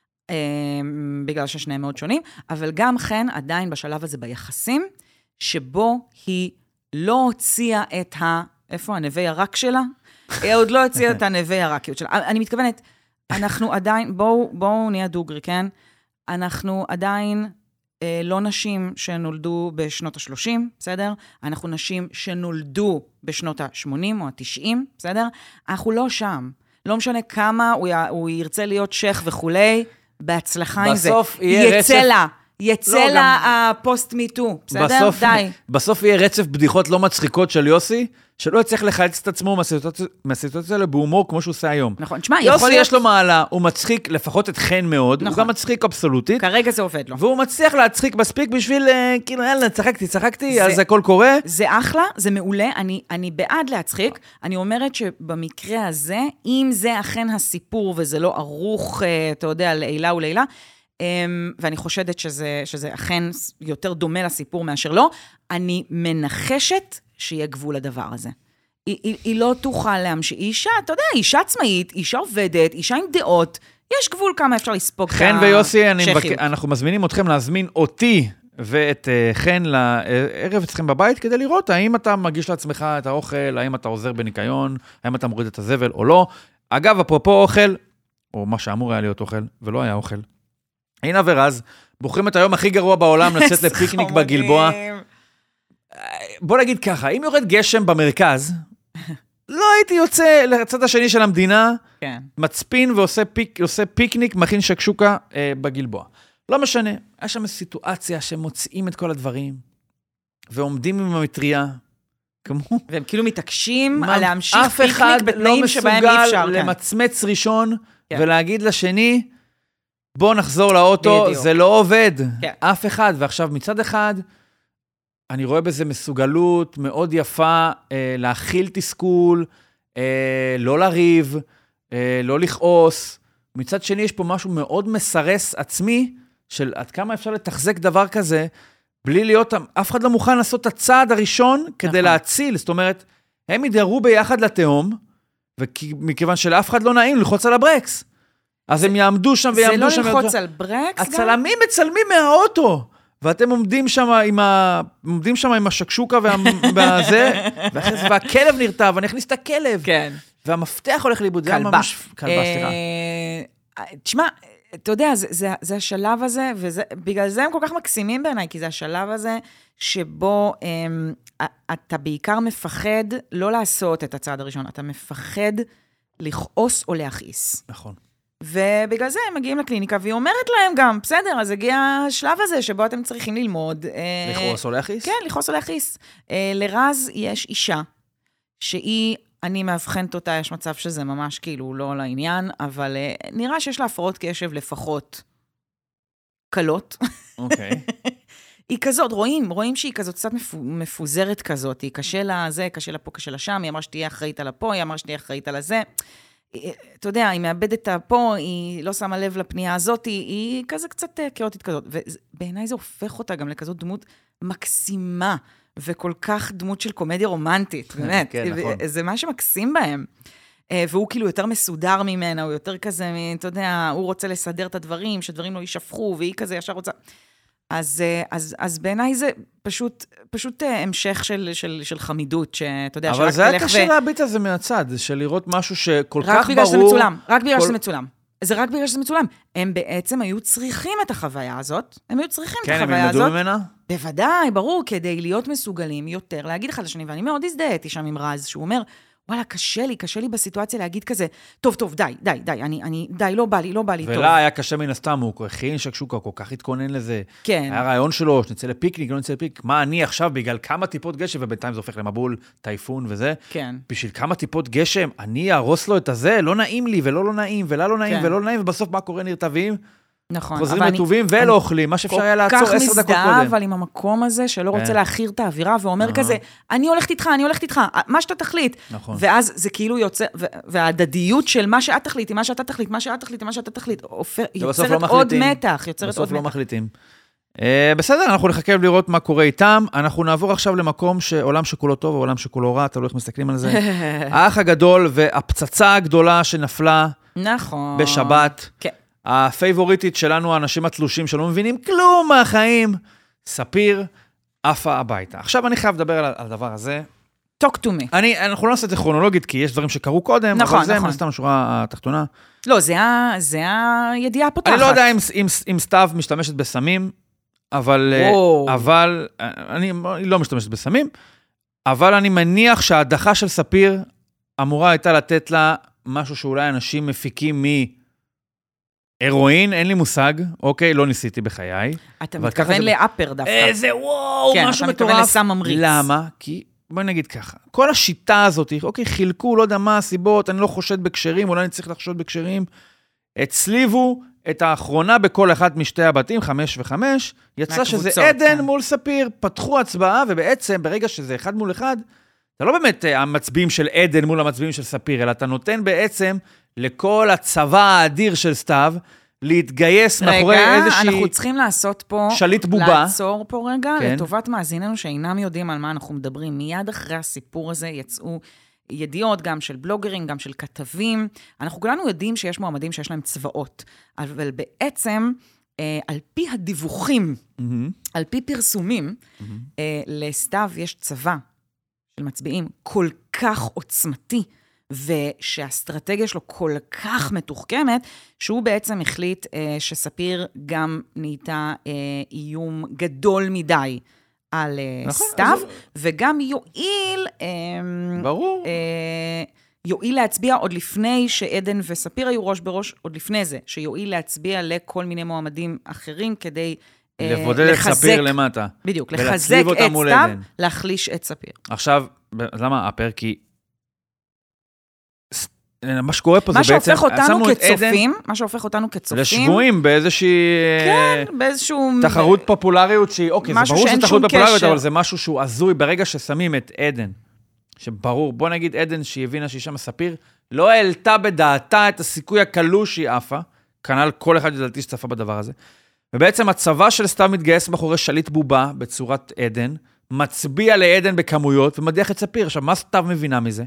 Speaker 4: בגלל ששניהם מאוד שונים, אבל גם חן עדיין בשלב הזה ביחסים, שבו היא לא הוציאה את איפה הנווה ירק שלה? היא עוד לא הוציאה את הנווה ירקיות שלה. אני מתכוונת, אנחנו עדיין, בואו נהיה דוגרי, כן? אנחנו עדיין לא נשים שנולדו בשנות ה-30, בסדר? אנחנו נשים שנולדו בשנות ה-80 או ה-90, בסדר? אנחנו לא שם. לא משנה כמה הוא ירצה להיות שייך וכולי, בהצלחה עם זה.
Speaker 3: בסוף יהיה רצף...
Speaker 4: יצא לה הפוסט מיטו, בסדר? די.
Speaker 3: בסוף יהיה רצף בדיחות לא מצחיקות של יוסי, שלא יצטרך לחלץ את עצמו מהסיטואציה האלה בהומור כמו שהוא עושה היום.
Speaker 4: נכון, תשמע, יכול להיות...
Speaker 3: יוסי יש לו מעלה, הוא מצחיק לפחות את חן מאוד, הוא גם מצחיק אבסולוטית.
Speaker 4: כרגע זה עובד לו.
Speaker 3: והוא מצליח להצחיק מספיק בשביל, כאילו, יאללה, צחקתי, אז הכל קורה.
Speaker 4: זה אחלה, זה מעולה, אני בעד להצחיק. אני אומרת שבמקרה הזה, אם זה אכן הסיפור וזה לא ערוך, אתה יודע, לעילה ולעילה, ואני חושדת שזה אכן יותר דומה לסיפור מאשר לא, אני מנחשת שיהיה גבול לדבר הזה. היא לא תוכל להמשיך, היא אישה, אתה יודע, אישה עצמאית, אישה עובדת, אישה עם דעות, יש גבול כמה אפשר לספוג את
Speaker 3: חן ויוסי, אנחנו מזמינים אתכם להזמין אותי ואת חן לערב אצלכם בבית, כדי לראות האם אתה מגיש לעצמך את האוכל, האם אתה עוזר בניקיון, האם אתה מוריד את הזבל או לא. אגב, אפרופו אוכל, או מה שאמור היה להיות אוכל, ולא היה אוכל. הנה ורז, בוחרים את היום הכי גרוע בעולם לצאת לפיקניק בגלבוע. בוא נגיד ככה, אם יורד גשם במרכז, לא הייתי יוצא לצד השני של המדינה, מצפין ועושה פיקניק, מכין שקשוקה בגלבוע. לא משנה, היה שם סיטואציה שמוצאים את כל הדברים, ועומדים עם המטריה,
Speaker 4: והם כאילו מתעקשים על להמשיך פיקניק בתנאים שבהם אי אפשר.
Speaker 3: אף אחד לא מסוגל למצמץ ראשון, ולהגיד לשני, בוא נחזור לאוטו, בדיוק. זה לא עובד. כן. אף אחד. ועכשיו מצד אחד, אני רואה בזה מסוגלות מאוד יפה, להכיל תסכול, לא לריב, לא לכעוס. מצד שני, יש פה משהו מאוד מסרס עצמי, של עד כמה אפשר לתחזק דבר כזה, בלי להיות, אף אחד לא מוכן לעשות את הצעד הראשון, כדי להציל. זאת אומרת, הם ידהרו ביחד לתהום, ומכיוון שלאף אחד לא נעים ללחוץ על הברקס. אז הם יעמדו שם ויעמדו שם.
Speaker 4: זה לא ללחוץ על ברקס גם?
Speaker 3: הצלמים מצלמים מהאוטו, ואתם עומדים שם עם השקשוקה והזה, והכלב נרטב, ואני אכניס את הכלב.
Speaker 4: כן.
Speaker 3: והמפתח הולך לאיבוד. כלבה, סליחה.
Speaker 4: תשמע, אתה יודע, זה השלב הזה, ובגלל זה הם כל כך מקסימים בעיניי, כי זה השלב הזה שבו אתה בעיקר מפחד לא לעשות את הצעד הראשון, אתה מפחד לכעוס או להכעיס.
Speaker 3: נכון.
Speaker 4: ובגלל זה הם מגיעים לקליניקה, והיא אומרת להם גם, בסדר, אז הגיע השלב הזה שבו אתם צריכים ללמוד.
Speaker 3: לכעוס או להכעיס?
Speaker 4: כן, לכעוס או להכעיס. לרז יש אישה, שהיא, אני מאבחנת אותה, יש מצב שזה ממש כאילו לא לעניין, אבל נראה שיש לה הפרעות קשב לפחות קלות.
Speaker 3: אוקיי.
Speaker 4: היא כזאת, רואים שהיא כזאת קצת מפוזרת כזאת, היא קשה לה זה, קשה לה פה, קשה לה שם, היא אמרה שתהיה אחראית על הפה, היא אמרה שתהיה אחראית על הזה. אתה יודע, היא מאבדת פה, היא לא שמה לב לפנייה הזאת, היא כזה קצת כאוטית כזאת. ובעיניי זה הופך אותה גם לכזאת דמות מקסימה, וכל כך דמות של קומדיה רומנטית, באמת.
Speaker 3: כן, נכון.
Speaker 4: זה מה שמקסים בהם. והוא כאילו יותר מסודר ממנה, הוא יותר כזה, אתה יודע, הוא רוצה לסדר את הדברים, שדברים לא יישפכו, והיא כזה ישר רוצה... אז בעיניי זה פשוט המשך של חמידות, שאתה יודע,
Speaker 3: אבל זה היה קשה להביט על זה מהצד, של לראות משהו שכל כך ברור.
Speaker 4: רק בגלל שזה מצולם, רק בגלל שזה מצולם. זה רק בגלל שזה מצולם. הם בעצם היו צריכים את החוויה הזאת, הם היו צריכים את החוויה הזאת.
Speaker 3: כן, הם ילמדו ממנה?
Speaker 4: בוודאי, ברור, כדי להיות מסוגלים יותר להגיד אחד לשני, ואני מאוד הזדהיתי שם עם רז, שהוא אומר, וואלה, קשה לי בסיטואציה להגיד כזה, טוב, די, די, לא בא לי, טוב.
Speaker 3: ולה היה קשה מן הסתם, הוא הכין שקשוקה, כל כך התכונן לזה.
Speaker 4: כן.
Speaker 3: היה רעיון שלו, שנצא לפיקניק, לא נצא לפיקניק. מה אני עכשיו, בגלל כמה טיפות גשם, ובינתיים זה הופך למבול, טייפון וזה.
Speaker 4: כן.
Speaker 3: בשביל כמה טיפות גשם, אני ארוס לו את הזה, לא נעים לי, ולא לא נעים, ולה לא נעים, ולא נעים, ובסוף מה קורה נרטבים?
Speaker 4: נכון.
Speaker 3: חוזרים לטובים ולא אוכלים, מה שאפשר היה לעצור 10 דקות קודם.
Speaker 4: כל כך מזדהה, אבל עם המקום הזה שלא רוצה להכיר את האווירה, ואומר כזה, אני הולכת איתך, מה שאתה תחליט.
Speaker 3: נכון.
Speaker 4: ואז זה כאילו יוצא, וההדדיות של מה שאת תחליטי, מה שאתה תחליט, יוצרת עוד מתח,
Speaker 3: בסוף לא מחליטים. בסדר, אנחנו נחכה לראות מה קורה איתם. אנחנו נעבור עכשיו למקום שעולם שכולו טוב, ועולם שכולו רע, תלוי איך מסתכלים על זה. האח הגדול והפצצה הגדולה שנפלה בשבת.
Speaker 4: כן.
Speaker 3: הפייבוריטית שלנו, האנשים התלושים שלא מבינים כלום מהחיים, ספיר, עפה הביתה. עכשיו אני חייב לדבר על הדבר הזה.
Speaker 4: talk to me.
Speaker 3: אנחנו לא נעשה את זה כרונולוגית, כי יש דברים שקרו קודם,
Speaker 4: נכון,
Speaker 3: אבל זה
Speaker 4: נכון.
Speaker 3: סתם השורה התחתונה.
Speaker 4: לא, זה הידיעה הפותחת.
Speaker 3: אני לא יודע אם סתיו משתמשת בסמים, אבל אני לא משתמשת בסמים, אבל אני מניח שההדחה של ספיר אמורה הייתה לתת לה משהו שאולי אנשים מפיקים הרואין, אין לי מושג, אוקיי, לא ניסיתי בחיי.
Speaker 4: אתה מתכוון לאפר דווקא.
Speaker 3: איזה וואו,
Speaker 4: כן,
Speaker 3: משהו
Speaker 4: אתה
Speaker 3: מטורף.
Speaker 4: מתכוון לסם ממריץ.
Speaker 3: למה? כי, בואי נגיד ככה, כל השיטה הזאת, אוקיי, חילקו, לא יודע מה הסיבות, אני לא חושד בקשרים, אולי אני צריך לחשוד בקשרים, הצליבו את האחרונה בכל אחד משתי הבתים, 5 ו5, יצא שזה עדן מול ספיר, פתחו הצבעה, ובעצם, ברגע שזה 1 מול 1, זה לא באמת המצביעים של עדן מול המצביעים של ספיר, אלא אתה נותן בעצם לכל הצבא האדיר של סתיו, להתגייס מאחורי איזושהי...
Speaker 4: רגע, אנחנו צריכים לעשות פה...
Speaker 3: שליט בובה.
Speaker 4: לעצור פה רגע,
Speaker 3: כן.
Speaker 4: לטובת מאזיננו שאינם יודעים על מה אנחנו מדברים. מיד אחרי הסיפור הזה יצאו ידיעות גם של בלוגרים, גם של כתבים. אנחנו כולנו יודעים שיש מועמדים שיש להם צבאות, אבל בעצם, על פי הדיווחים, על פי פרסומים, לסתיו יש צבא של מצביעים כל כך עוצמתי, ושהאסטרטגיה שלו כל כך מתוחכמת, שהוא בעצם החליט שספיר גם נהייתה איום גדול מדי על סתיו, וגם יועיל...
Speaker 3: ברור.
Speaker 4: יועיל להצביע עוד לפני שעדן וספיר היו ראש בראש, עוד לפני זה, שיועיל להצביע לכל מיני מועמדים אחרים כדי
Speaker 3: לבודד את ספיר למטה.
Speaker 4: בדיוק, לחזק את סתיו, להחליש את ספיר.
Speaker 3: עכשיו, למה אפר? כי מה שקורה פה זה בעצם...
Speaker 4: מה שהופך אותנו כצופים...
Speaker 3: לשבועים באיזושהי...
Speaker 4: כן, באיזשהו...
Speaker 3: תחרות פופולריות שהיא... אוקיי, זה ברור שזה תחרות פופולריות, אבל זה משהו שהוא עזוי ברגע ששמים את עדן. שברור, בוא נגיד עדן שהיא הבינה שהיא שם ספיר, לא העלתה בדעתה את הסיכוי הקלוש שהיא עפה, כנ"ל כל אחד ידעתי שצפה בדבר הזה, ובעצם הצבא של סתיו מתגייס מאחורי שליט בובה בצורת עדן, מצביע לעדן בכמויות ומדיח את ספיר. עכשיו, מה סתיו מבינה מזה?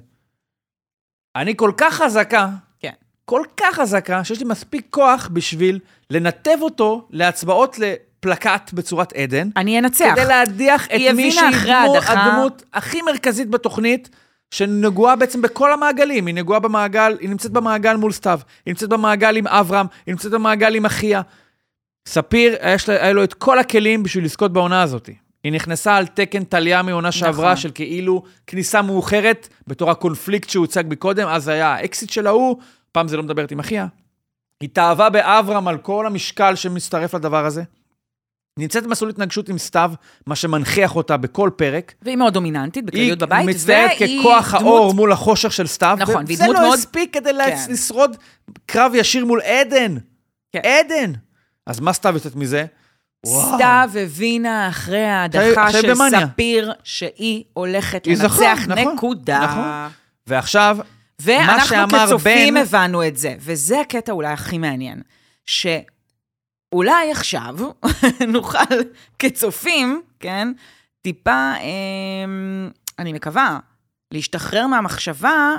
Speaker 3: אני כל כך חזקה,
Speaker 4: כן.
Speaker 3: כל כך חזקה, שיש לי מספיק כוח בשביל לנתב אותו להצבעות לפלקט בצורת עדן.
Speaker 4: אני אנצח.
Speaker 3: כדי להדיח את מי שהיא הדמות הכי מרכזית בתוכנית, שנגועה בעצם בכל המעגלים. היא נגועה במעגל, היא נמצאת במעגל מול סתיו, היא נמצאת במעגל עם אברהם, היא נמצאת במעגל עם אחיה. ספיר, היה לו את כל הכלים בשביל לזכות בעונה הזאת. היא נכנסה על תקן טליה מעונה שעברה, של כאילו כניסה מאוחרת, בתור הקונפליקט שהוצג מקודם, אז היה האקסיט של ההוא, פעם זה לא מדברת עם אחיה. היא תאהבה באברהם על כל המשקל שמצטרף לדבר הזה. נמצאת במסלול התנגשות עם סתיו, מה שמנחיח אותה בכל פרק.
Speaker 4: והיא מאוד דומיננטית, בכלליות בבית.
Speaker 3: היא מצטיירת ככוח האור מול החושך של סתיו.
Speaker 4: נכון,
Speaker 3: וזה לא הספיק כדי לשרוד קרב ישיר מול עדן. עדן. אז מה סתיו יוצאת מזה?
Speaker 4: סתיו הבינה אחרי ההדחה של ספיר, שהיא הולכת לנצח נקודה.
Speaker 3: ועכשיו,
Speaker 4: ואנחנו כצופים הבנו את זה, וזה הקטע אולי הכי מעניין, שאולי עכשיו נוכל כצופים, כן, טיפה, אני מקווה, להשתחרר מהמחשבה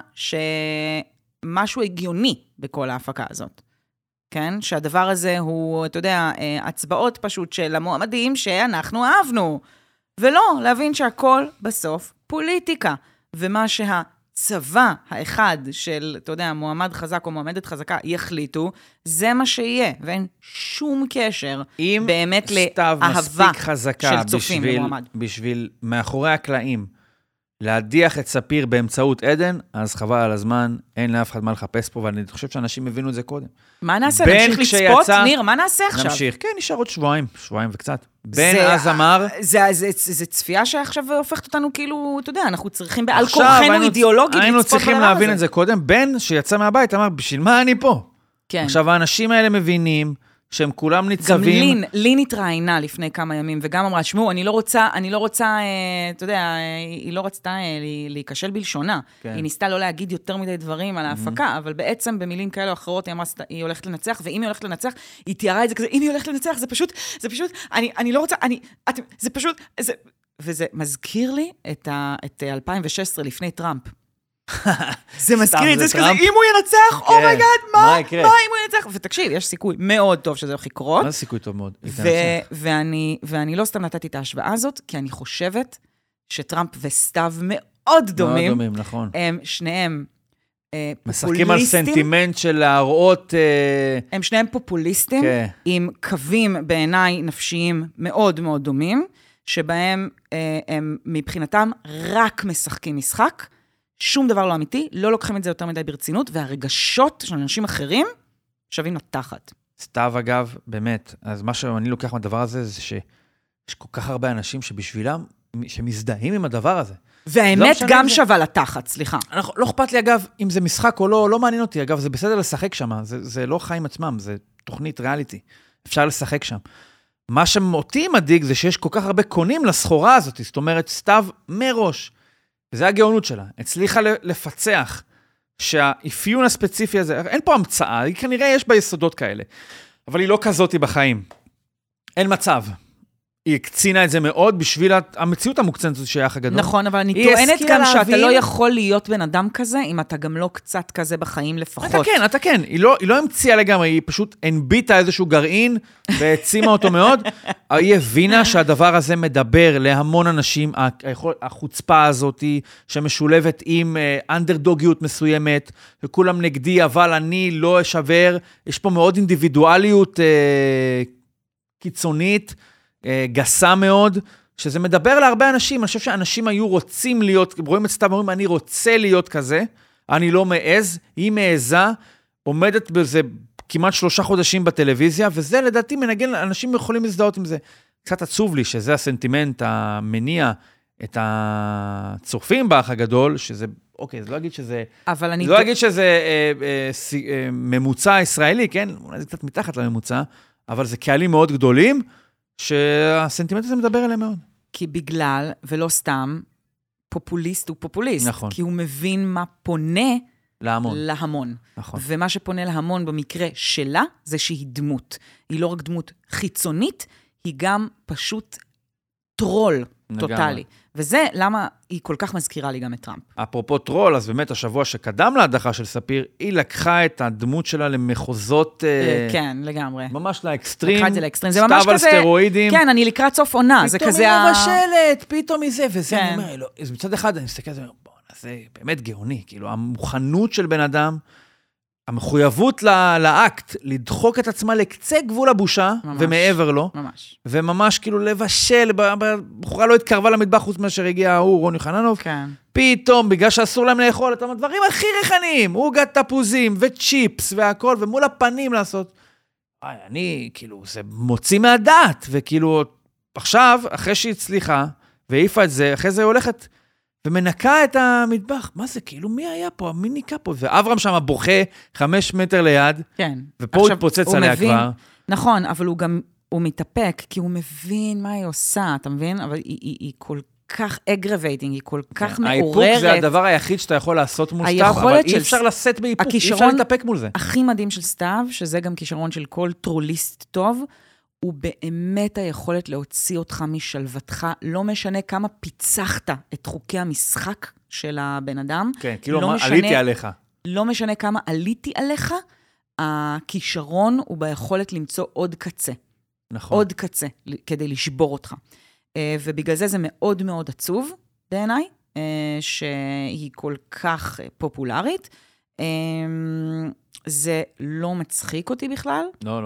Speaker 4: שמשהו הגיוני בכל ההפקה הזאת. כן? שהדבר הזה הוא, אתה יודע, הצבעות פשוט של המועמדים שאנחנו אהבנו. ולא, להבין שהכל בסוף פוליטיקה. ומה שהצבא האחד של, אתה יודע, מועמד חזק או מועמדת חזקה יחליטו, זה מה שיהיה. ואין שום קשר באמת לאהבה של צופים במועמד.
Speaker 3: בשביל מאחורי הקלעים, להדיח את ספיר באמצעות עדן, אז חבל על הזמן, אין לאף אחד מה לחפש פה, ואני חושב שאנשים הבינו את זה קודם.
Speaker 4: מה נעשה? נמשיך לצפות? ניר, מה נעשה עכשיו?
Speaker 3: נמשיך, כן, נשאר עוד שבועיים וקצת. בן אז אמר...
Speaker 4: זה צפייה שעכשיו הופכת אותנו כאילו, אתה יודע, אנחנו צריכים בעל כורחנו אידיאולוגית
Speaker 3: היינו צריכים להבין את זה קודם. בן שיצא מהבית אמר, בשביל מה אני פה?
Speaker 4: כן.
Speaker 3: עכשיו, האנשים האלה מבינים שהם כולם ניצבים...
Speaker 4: גם לין התראיינה לפני כמה ימים, וגם אמרה, שמעו, אני לא רוצה, אתה יודע, היא לא רצתה להיכשל בלשונה. היא ניסתה לא להגיד יותר מדי דברים על ההפקה, אבל בעצם במילים כאלה או אחרות, היא אמרה, היא הולכת לנצח, ואם היא הולכת לנצח, היא תיארה את זה כזה, אם היא הולכת לנצח, זה פשוט, אני לא רוצה, זה פשוט, וזה מזכיר לי את 2016 לפני טראמפ. זה מזכיר לי את זה כזה, אם הוא ינצח, אומייגאד, מה אם הוא ינצח? ותקשיב, יש סיכוי מאוד טוב שזה הולך לקרות.
Speaker 3: מה זה סיכוי טוב מאוד?
Speaker 4: ואני לא סתם נתתי את ההשוואה הזאת, כי אני חושבת שטראמפ וסתיו מאוד דומים.
Speaker 3: מאוד דומים, נכון.
Speaker 4: הם שניהם פופוליסטים.
Speaker 3: משחקים על סנטימנט של להראות...
Speaker 4: הם שניהם פופוליסטים, עם קווים בעיניי נפשיים מאוד מאוד דומים, שבהם הם מבחינתם רק משחקים משחק, שום דבר לא אמיתי, לא לוקחים את זה יותר מדי ברצינות, והרגשות של אנשים אחרים שווים לתחת.
Speaker 3: סתיו אגב, באמת, אז מה שאני לוקח מהדבר הזה, זה שיש כל כך הרבה אנשים שבשבילם, שמזדהים עם הדבר הזה.
Speaker 4: והאמת גם שווה לתחת, סליחה.
Speaker 3: לא אכפת לי אגב, אם זה משחק או לא, לא מעניין אותי, אגב, זה בסדר לשחק שם, זה לא חיים עצמם, זה תוכנית ריאליטי, אפשר לשחק שם. מה שמותי מדאיג זה שיש כל כך הרבה קונים לסחורה הזאת, זאת אומרת, סתיו מראש, וזה הגאונות שלה, הצליחה לפצח שהאפיון הספציפי הזה, אין פה המצאה, היא כנראה יש בה יסודות כאלה, אבל היא לא כזאת בחיים. אין מצב. היא הקצינה את זה מאוד בשביל המציאות המוקצנת הזאת שייך הגדול.
Speaker 4: נכון, אבל אני טוענת גם שאתה לא יכול להיות בן אדם כזה, אם אתה גם לא קצת כזה בחיים לפחות.
Speaker 3: אתה כן. היא לא המציאה לגמרי, היא פשוט הנביטה איזשהו גרעין, והעצימה אותו מאוד. היא הבינה שהדבר הזה מדבר להמון אנשים, החוצפה הזאת שמשולבת עם אנדרדוגיות מסוימת, וכולם נגדי, אבל אני לא אשבר. יש פה מאוד אינדיבידואליות קיצונית, גסה מאוד, שזה מדבר להרבה אנשים. אני חושב שאנשים היו רוצים להיות, רואים את סתיו, אומרים, אני רוצה להיות כזה, אני לא מעז, היא מעזה, עומדת בזה כמעט 3 חודשים בטלוויזיה, וזה לדעתי מנגן, אנשים יכולים להזדהות עם זה. קצת עצוב לי שזה הסנטימנט המניע את הצופים באח הגדול, שזה, אוקיי, זה לא אגיד שזה, לא אגיד שזה ממוצע ישראלי, כן? אולי זה קצת מתחת לממוצע, אבל זה קהלים מאוד גדולים, שהסנטימנט הזה מדבר עליהם מאוד.
Speaker 4: כי בגלל, ולא סתם, פופוליסט הוא פופוליסט.
Speaker 3: נכון.
Speaker 4: כי הוא מבין מה פונה
Speaker 3: להמון. נכון.
Speaker 4: ומה שפונה להמון במקרה שלה, זה שהיא דמות. היא לא רק דמות חיצונית, היא גם פשוט טרול טוטלי. וזה למה היא כל כך מזכירה לי גם את טראמפ.
Speaker 3: אפרופו טרול, אז באמת השבוע שקדם להדחה של ספיר, היא לקחה את הדמות שלה למחוזות...
Speaker 4: כן, לגמרי.
Speaker 3: ממש לאקסטרים.
Speaker 4: לקחה את זה לאקסטרים. זה ממש כזה...
Speaker 3: סטרואידים.
Speaker 4: כן, אני לקראת סוף עונה. זה כזה...
Speaker 3: פתאום היא מבשלת, פתאום מזה, וזה אני אומר, לא, אז מצד אחד אני מסתכל על זה, בוא, זה באמת גאוני, כאילו, המוכנות של בן אדם, המחויבות לאקט, לדחוק את עצמה לקצה גבול הבושה, ומעבר לו, וממש כאילו לבשל, בחורה לא התקרבה למטבח חוץ מאשר הגיע ההוא, רוני חננוב, פתאום, בגלל שאסור להם לאכול, את הדברים הכי ריחניים, עוגת תפוזים וצ'יפס והכל, ומול הפנים לעשות, אני, כאילו, זה מוציא מהדעת, וכאילו, עכשיו, אחרי שהיא הצליחה, והעיפה את זה, אחרי זה היא הולכת, ומנקה את המטבח. מה זה? כאילו, מי היה פה? מי ניקה פה? ואברהם שם בוכה 5 מטר ליד,
Speaker 4: כן.
Speaker 3: ופה הוא התפוצץ עליה כבר.
Speaker 4: נכון, אבל הוא גם, הוא מתאפק, כי הוא מבין מה היא עושה, אתה מבין? אבל היא כל כך אגרווייטינג, היא כל כך מעוררת.
Speaker 3: האיפוק זה הדבר היחיד שאתה יכול לעשות מול סתיו, אבל אי אפשר לשאת באיפוק, אי אפשר להתאפק מול זה.
Speaker 4: הכי מדהים של סתיו, שזה גם כישרון של כל טרוליסט טוב, הוא באמת היכולת להוציא אותך משלוותך, לא משנה כמה פיצחת את חוקי המשחק של הבן אדם.
Speaker 3: כן, כאילו לא עליתי עליך.
Speaker 4: לא משנה כמה עליתי עליך, הכישרון הוא ביכולת למצוא עוד קצה.
Speaker 3: נכון.
Speaker 4: עוד קצה, כדי לשבור אותך. ובגלל זה זה מאוד מאוד עצוב, בעיניי, שהיא כל כך פופולרית. זה לא מצחיק אותי בכלל.
Speaker 3: לא, לא.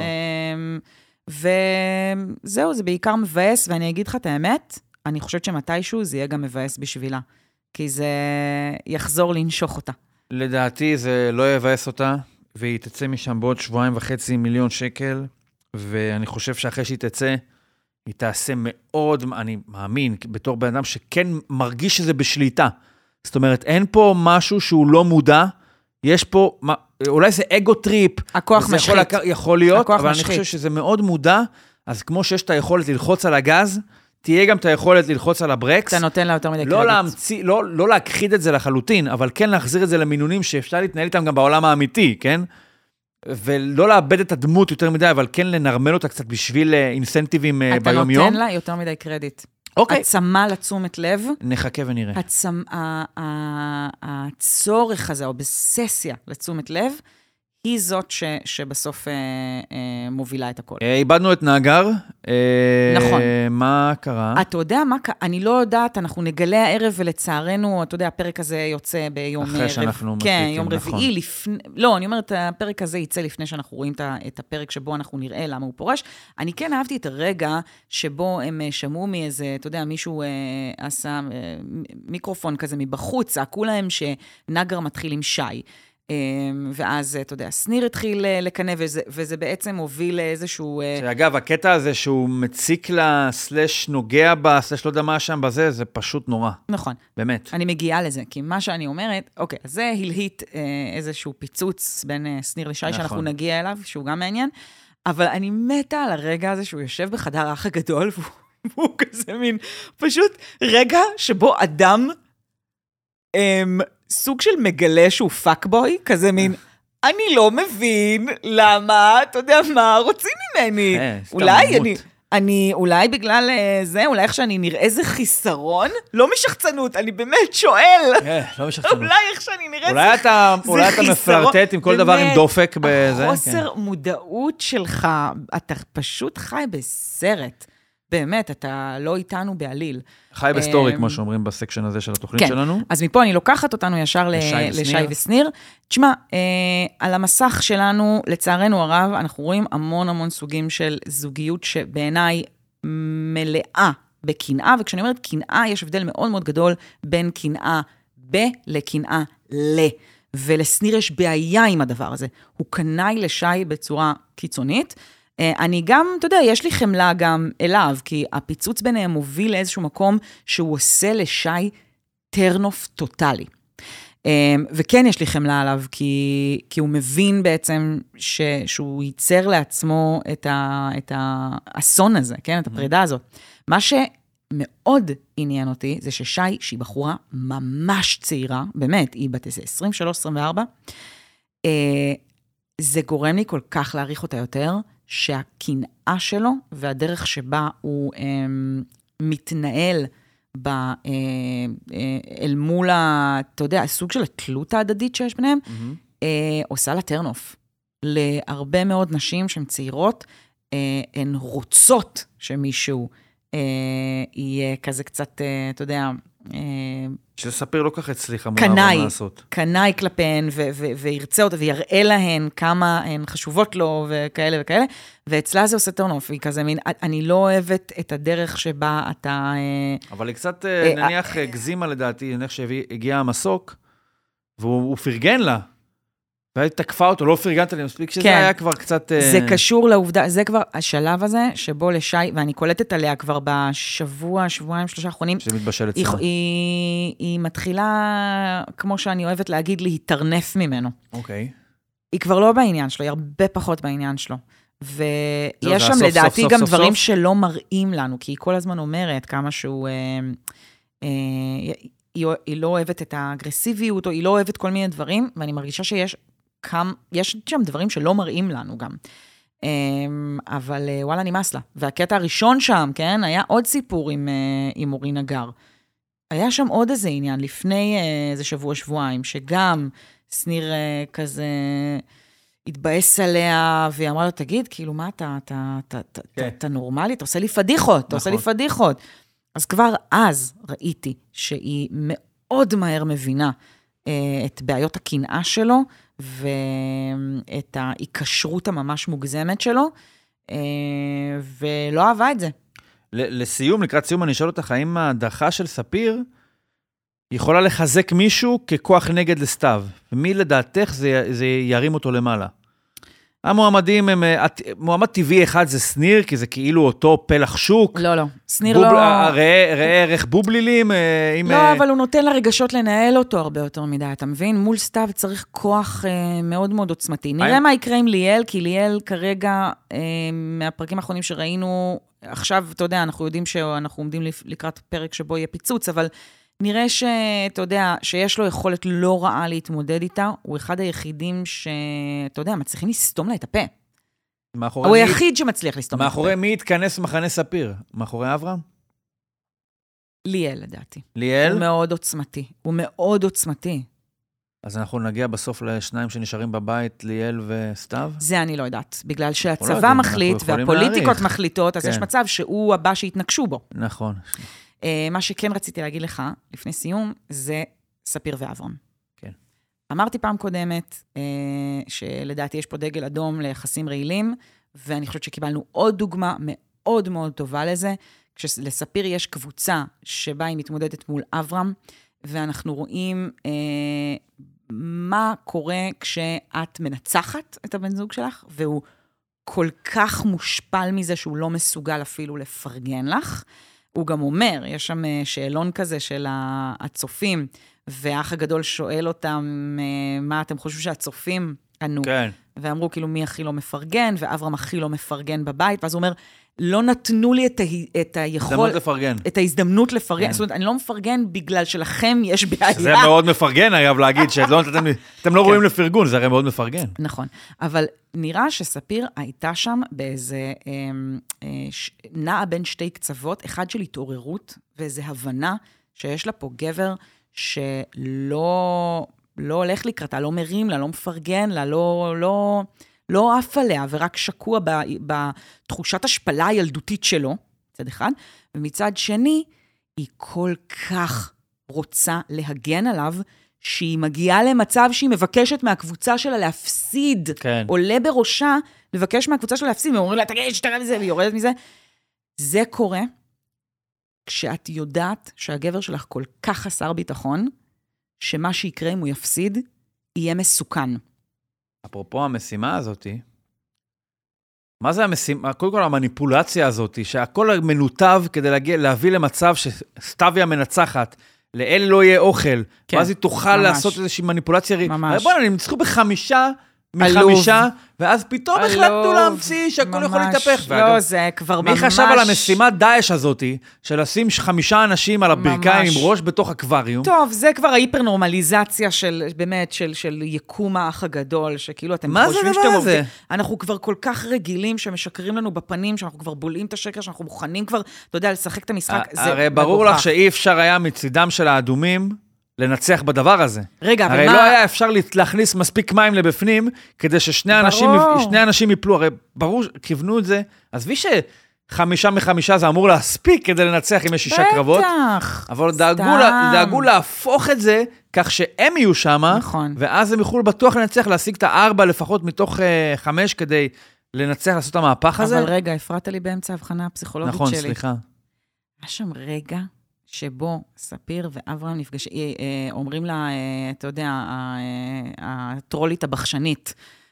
Speaker 4: וזהו, זה בעיקר מבאס, ואני אגיד לך את האמת, אני חושבת שמתישהו זה יהיה גם מבאס בשבילה. כי זה יחזור לנשוך אותה.
Speaker 3: לדעתי זה לא יבאס אותה, והיא תצא משם בעוד 2.5 מיליון שקל, ואני חושב שאחרי שהיא תצא, היא תעשה מאוד, אני מאמין, בתור בן אדם שכן מרגיש שזה בשליטה. זאת אומרת, אין פה משהו שהוא לא מודע, יש פה, אולי זה אגו טריפ.
Speaker 4: הכוח משחית.
Speaker 3: יכול להיות, אבל אני חושב שזה מאוד מודע, אז כמו שיש את היכולת ללחוץ על הגז, תהיה גם את היכולת ללחוץ על הברקס.
Speaker 4: אתה נותן לה יותר מדי קרדיט.
Speaker 3: לא להכחיד את זה לחלוטין, אבל כן להחזיר את זה למינונים שאפשר להתנהל איתם גם בעולם האמיתי, כן? ולא לאבד את הדמות יותר מדי, אבל כן לנרמל אותה קצת בשביל אינסנטיבים ביום-יום.
Speaker 4: אתה נותן לה יותר מדי קרדיט.
Speaker 3: אוקיי.
Speaker 4: עצמה לתשומת לב.
Speaker 3: נחכה ונראה.
Speaker 4: הצורך הזה, האובססיה לתשומת לב, היא זאת שבסוף מובילה את הכל.
Speaker 3: איבדנו את נאגר.
Speaker 4: נכון.
Speaker 3: מה קרה?
Speaker 4: אתה יודע מה קרה? אני לא יודעת, אנחנו נגלה הערב, ולצערנו, אתה יודע, הפרק הזה יוצא ביום רביעי.
Speaker 3: אחרי שאנחנו
Speaker 4: כן, יום רביעי לפני... לא, אני אומרת, הפרק הזה יצא לפני שאנחנו רואים את הפרק שבו אנחנו נראה למה הוא פורש. אני כן אהבתי את הרגע שבו הם שמעו מאיזה, אתה יודע, מישהו עשה מיקרופון כזה מבחוץ, צעקו להם שנאגר מתחיל עם שי. ואז, אתה יודע, סניר התחיל לקנה, וזה בעצם הוביל לאיזשהו...
Speaker 3: שאגב, הקטע הזה שהוא מציק לה, סלש נוגע בה, סלש לא יודע מה שם בזה, זה פשוט נורא.
Speaker 4: נכון.
Speaker 3: באמת.
Speaker 4: אני מגיעה לזה, כי מה שאני אומרת, אוקיי, אז זה הלהיט איזשהו פיצוץ בין סניר לשי, שאנחנו נגיע אליו, שהוא גם מעניין, אבל אני מתה על הרגע הזה שהוא יושב בחדר האח הגדול, והוא כזה מין, פשוט רגע שבו אדם... סוג של מגלה שהוא פאקבוי, כזה מין, אני לא מבין למה, אתה יודע מה, רוצים ממני. אולי בגלל זה, אולי איך שאני נראה איזה חיסרון, לא משחצנות, אני באמת שואל.
Speaker 3: לא משחצנות.
Speaker 4: אולי איך שאני נראה
Speaker 3: אולי אתה מפלרטט עם כל דבר עם דופק בזה.
Speaker 4: החוסר מודעות שלך, אתה פשוט חי בסרט. באמת, אתה לא איתנו בעליל.
Speaker 3: חי בסטורי, כמו שאומרים בסקשן הזה של התוכנית שלנו.
Speaker 4: אז מפה אני לוקחת אותנו ישר לשי וסניר. תשמע, על המסך שלנו, לצערנו הרב, אנחנו רואים המון המון סוגים של זוגיות שבעיניי מלאה בקנאה, וכשאני אומרת קנאה, יש הבדל מאוד מאוד גדול בין קנאה לקנאה ולסניר יש בעיה עם הדבר הזה. הוא קנאי לשי בצורה קיצונית, אני גם, אתה יודע, יש לי חמלה גם אליו, כי הפיצוץ ביניהם מוביל לאיזשהו מקום שהוא עושה לשי טרנוף טוטלי. וכן יש לי חמלה עליו, כי הוא מבין בעצם שהוא ייצר לעצמו את האסון הזה, כן? את הפרידה הזאת. מה שמאוד עניין אותי, זה ששי, שהיא בחורה ממש צעירה, באמת, היא בת איזה 23-24, זה גורם לי כל כך להעריך אותה יותר, שהקנאה שלו והדרך שבה הוא מתנהל אל מול, אתה יודע, הסוג של התלות ההדדית שיש ביניהם, עושה לה טרנוף. להרבה מאוד נשים שהן צעירות, הן רוצות שמישהו יהיה כזה קצת, אתה יודע,
Speaker 3: שספיר לא כך הצליחה מה לעשות.
Speaker 4: קנאי כלפיהן, וירצה אותה, ויראה להן כמה הן חשובות לו, וכאלה וכאלה, ואצלה זה עושה טרנוף, היא כזה מין, אני לא אוהבת את הדרך שבה אתה...
Speaker 3: אבל היא קצת, נניח, גזימה לדעתי, נניח שהגיע המסוק, והוא פרגן לה, והיא תקפה אותו, לא פרגנת לי מספיק, שזה היה כבר קצת...
Speaker 4: זה קשור לעובדה, זה כבר השלב הזה, שבו לשי, ואני קולטת עליה כבר בשבוע, שבועיים, 3 האחרונים,
Speaker 3: שמתבשל אצלה.
Speaker 4: היא מתחילה, כמו שאני אוהבת להגיד, להתרנף ממנו.
Speaker 3: אוקיי.
Speaker 4: היא כבר לא בעניין שלו, היא הרבה פחות בעניין שלו. ויש שם לדעתי גם דברים שלא מראים לנו, כי היא כל הזמן אומרת כמה שהוא... היא לא אוהבת את האגרסיביות, או היא לא אוהבת כל מיני דברים, ואני מרגישה יש שם דברים שלא מראים לנו גם. אבל וואלה, נמאס לה. והקטע הראשון שם, כן, היה עוד סיפור עם אורי נגר. היה שם עוד איזה עניין, לפני איזה שבוע-שבועיים, שגם סניר כזה התבאס עליה, והיא אמרה לו, תגיד, כאילו, מה אתה נורמלי? אתה עושה לי פדיחות, אתה עושה לי פדיחות. אז כבר אז ראיתי שהיא מאוד מהר מבינה את בעיות הקנאה שלו, ואת ההיקשרות הממש מוגזמת שלו, ולא אהבה את זה.
Speaker 3: לסיום, לקראת סיום, אני אשאל אותך, האם ההדחה של ספיר, יכולה לחזק מישהו ככוח נגד לסתיו. ומי לדעתך זה ירים אותו למעלה? המועמדים הם, מועמד טבעי אחד זה שניר, כי זה כאילו אותו פלח שוק.
Speaker 4: לא. שניר לא...
Speaker 3: ראה ערך בובלילים.
Speaker 4: לא, אבל הוא נותן לרגשות לנהל אותו הרבה יותר מדי, אתה מבין? מול סתיו צריך כוח מאוד מאוד עוצמתי. נראה מה יקרה עם ליאל, כי ליאל כרגע, מהפרקים האחרונים שראינו, עכשיו, אתה יודע, אנחנו יודעים שאנחנו עומדים לקראת פרק שבו יהיה פיצוץ, אבל נראה שאתה יודע, שיש לו יכולת לא רעה להתמודד איתה, הוא אחד היחידים שאתה יודע, מצליחים לסתום לה את הפה. הוא היחיד שמצליח לסתום לה את הפה.
Speaker 3: מאחורי מי יתכנס מחנה ספיר? מאחורי אברהם?
Speaker 4: ליאל, לדעתי.
Speaker 3: ליאל?
Speaker 4: הוא מאוד עוצמתי. הוא מאוד עוצמתי.
Speaker 3: אז אנחנו נגיע בסוף לשניים שנשארים בבית, ליאל וסתיו?
Speaker 4: זה אני לא יודעת. בגלל שהצבא מחליט והפוליטיקות מחליטות, אז יש מצב שהוא הבא שהתנגשו בו.
Speaker 3: נכון.
Speaker 4: מה שכן רציתי להגיד לך, לפני סיום, זה ספיר ואברהם.
Speaker 3: כן.
Speaker 4: אמרתי פעם קודמת, שלדעתי יש פה דגל אדום ליחסים רעילים, ואני חושבת שקיבלנו עוד דוגמה מאוד מאוד טובה לזה, כשלספיר יש קבוצה שבה היא מתמודדת מול אברהם, ואנחנו רואים מה קורה כשאת מנצחת את הבן זוג שלך, והוא כל כך מושפל מזה שהוא לא מסוגל אפילו לפרגן לך, הוא גם אומר, יש שם שאלון כזה של הצופים, והאח הגדול שואל אותם, מה אתם חושבים שהצופים ענו?
Speaker 3: כן.
Speaker 4: ואמרו, כאילו, מי הכי לא מפרגן, ואברהם הכי לא מפרגן בבית, ואז הוא אומר, לא נתנו לי את היכולת...
Speaker 3: לפרגן.
Speaker 4: את ההזדמנות לפרגן. זאת אומרת, אני לא מפרגן בגלל שלכם יש בעיה.
Speaker 3: זה מאוד מפרגן, אגב, להגיד שאתם לא רואים לפרגון, זה הרי מאוד מפרגן.
Speaker 4: נכון. אבל נראה שספיר הייתה שם באיזה נעה בין שתי קצוות, אחד של התעוררות, ואיזו הבנה שיש לה פה גבר שלא הולך לקראתה, לא מרים לה, לא מפרגן לה, לא עף עליה, ורק שקוע בתחושת השפלה הילדותית שלו, מצד אחד, ומצד שני, היא כל כך רוצה להגן עליו, שהיא מגיעה למצב שהיא מבקשת מהקבוצה שלה להפסיד,
Speaker 3: כן.
Speaker 4: עולה בראשה, לבקש מהקבוצה שלה להפסיד, ואומרים לה, תגיד, שתראה מזה, והיא יורדת מזה. זה קורה כשאת יודעת שהגבר שלך כל כך חסר ביטחון, שמה שיקרה אם הוא יפסיד, יהיה מסוכן.
Speaker 3: אפרופו המשימה הזאת, מה זה המשימה? קודם כל המניפולציה הזאת, שהכל מנותב כדי להביא למצב שסתיו המנצחת, לאלה לא יהיה אוכל, כן, ואז היא תוכל ממש. לעשות איזושהי מניפולציה. ממש. בואו, הם ניצחו מחמישה, ואז פתאום החלטנו להמציא שהכל יכול להתהפך.
Speaker 4: לא, זה כבר ממש...
Speaker 3: מי חשב על המשימת דאעש הזאת, של לשים 5 אנשים על הברכיים עם ראש בתוך אקווריום?
Speaker 4: טוב, זה כבר ההיפר-נורמליזציה של, באמת, של יקום האח הגדול, שכאילו אתם חושבים שאתם עובדים. אנחנו כבר כל כך רגילים שמשקרים לנו בפנים, שאנחנו כבר בולעים את השקר, שאנחנו מוכנים כבר, אתה יודע, לשחק את המשחק.
Speaker 3: הרי ברור לך שאי אפשר היה מצידם של האדומים, לנצח בדבר הזה.
Speaker 4: רגע, אבל
Speaker 3: הרי לא היה אפשר להכניס מספיק מים לבפנים, כדי ששני אנשים יפלו. הרי ברור, כיוונו את זה. אז וי ש5 מ5 זה אמור להספיק כדי לנצח אם יש 6 קרבות.
Speaker 4: בטח.
Speaker 3: אבל דאגו להפוך את זה, כך שהם יהיו שם,
Speaker 4: נכון.
Speaker 3: ואז הם יוכלו בטוח לנצח, להשיג את 4 לפחות מתוך 5, כדי לנצח, לעשות את המהפך הזה.
Speaker 4: אבל רגע, הפרעת לי באמצע ההבחנה הפסיכולוגית שלי.
Speaker 3: נכון, סליחה.
Speaker 4: היה שם רגע שבו ספיר ואברהם נפגשים, אומרים לה, אתה יודע, הטרולית הבחשנית,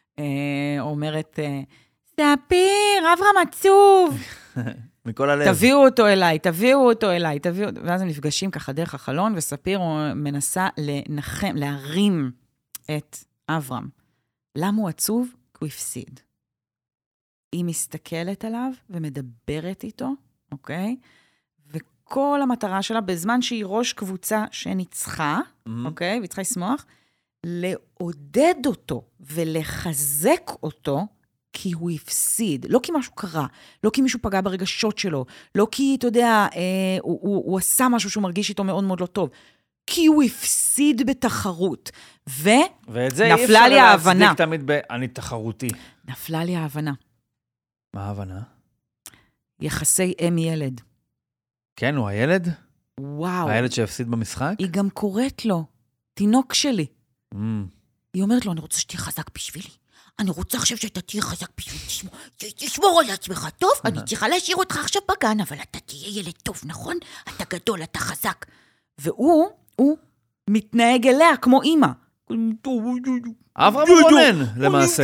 Speaker 4: אומרת, ספיר, אברהם עצוב.
Speaker 3: מכל הלב.
Speaker 4: תביאו אותו אליי. ואז הם נפגשים ככה דרך החלון, וספיר מנסה להרים את אברהם. למה הוא עצוב? כי הוא הפסיד. היא מסתכלת עליו ומדברת איתו, אוקיי? כל המטרה שלה, בזמן שהיא ראש קבוצה שניצחה, אוקיי? והיא צריכה לשמוח, לעודד אותו ולחזק אותו, כי הוא הפסיד. לא כי משהו קרה, לא כי מישהו פגע ברגשות שלו, לא כי, אתה יודע, הוא עשה משהו שהוא מרגיש איתו מאוד מאוד לא טוב, כי הוא הפסיד בתחרות. ונפלה לי ההבנה.
Speaker 3: להצדיק תמיד אני תחרותי.
Speaker 4: נפלה לי ההבנה.
Speaker 3: מה ההבנה?
Speaker 4: יחסי אם-ילד.
Speaker 3: כן, הוא הילד?
Speaker 4: וואו.
Speaker 3: הילד שהפסיד במשחק?
Speaker 4: היא גם קוראת לו, תינוק שלי. היא אומרת לו, אני רוצה שתהיה חזק בשבילי. אני רוצה עכשיו שאתה תהיה חזק בשבילי. תשמור על עצמך טוב, אני צריכה להשאיר אותך עכשיו בגן, אבל אתה תהיה ילד טוב, נכון? אתה גדול, אתה חזק. והוא הוא מתנהג אליה כמו אימא.
Speaker 3: אברהם רונן, למעשה.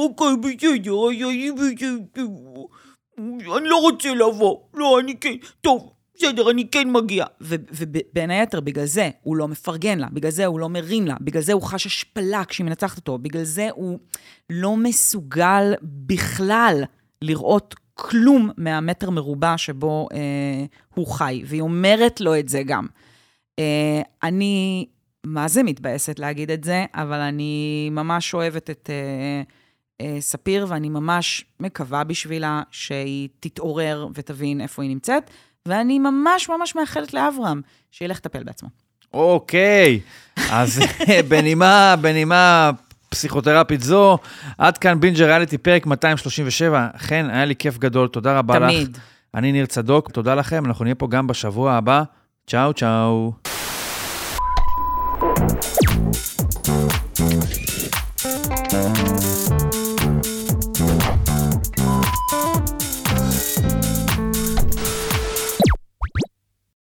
Speaker 4: אני לא רוצה לבוא. לא, אני כן. טוב, בסדר, אני כן מגיע. ובין היתר, בגלל זה הוא לא מפרגן לה, בגלל זה הוא לא מרים לה, בגלל זה הוא חש השפלה כשהיא מנצחת אותו, בגלל זה הוא לא מסוגל בכלל לראות כלום מהמטר מרובע שבו הוא חי, והיא אומרת לו את זה גם. אני, מה זה מתבאסת להגיד את זה, אבל אני ממש אוהבת את ספיר, ואני ממש מקווה בשבילה שהיא תתעורר ותבין איפה היא נמצאת, ואני ממש ממש מאחלת לאברהם שילך לטפל בעצמו.
Speaker 3: אוקיי, אז בנימה פסיכותרפית זו, עד כאן בינג'ר ריאליטי פרק 237, כן, היה לי כיף גדול, תודה רבה לך.
Speaker 4: תמיד.
Speaker 3: אני ניר צדוק, תודה לכם, אנחנו נהיה פה גם בשבוע הבא, צ'או צ'או.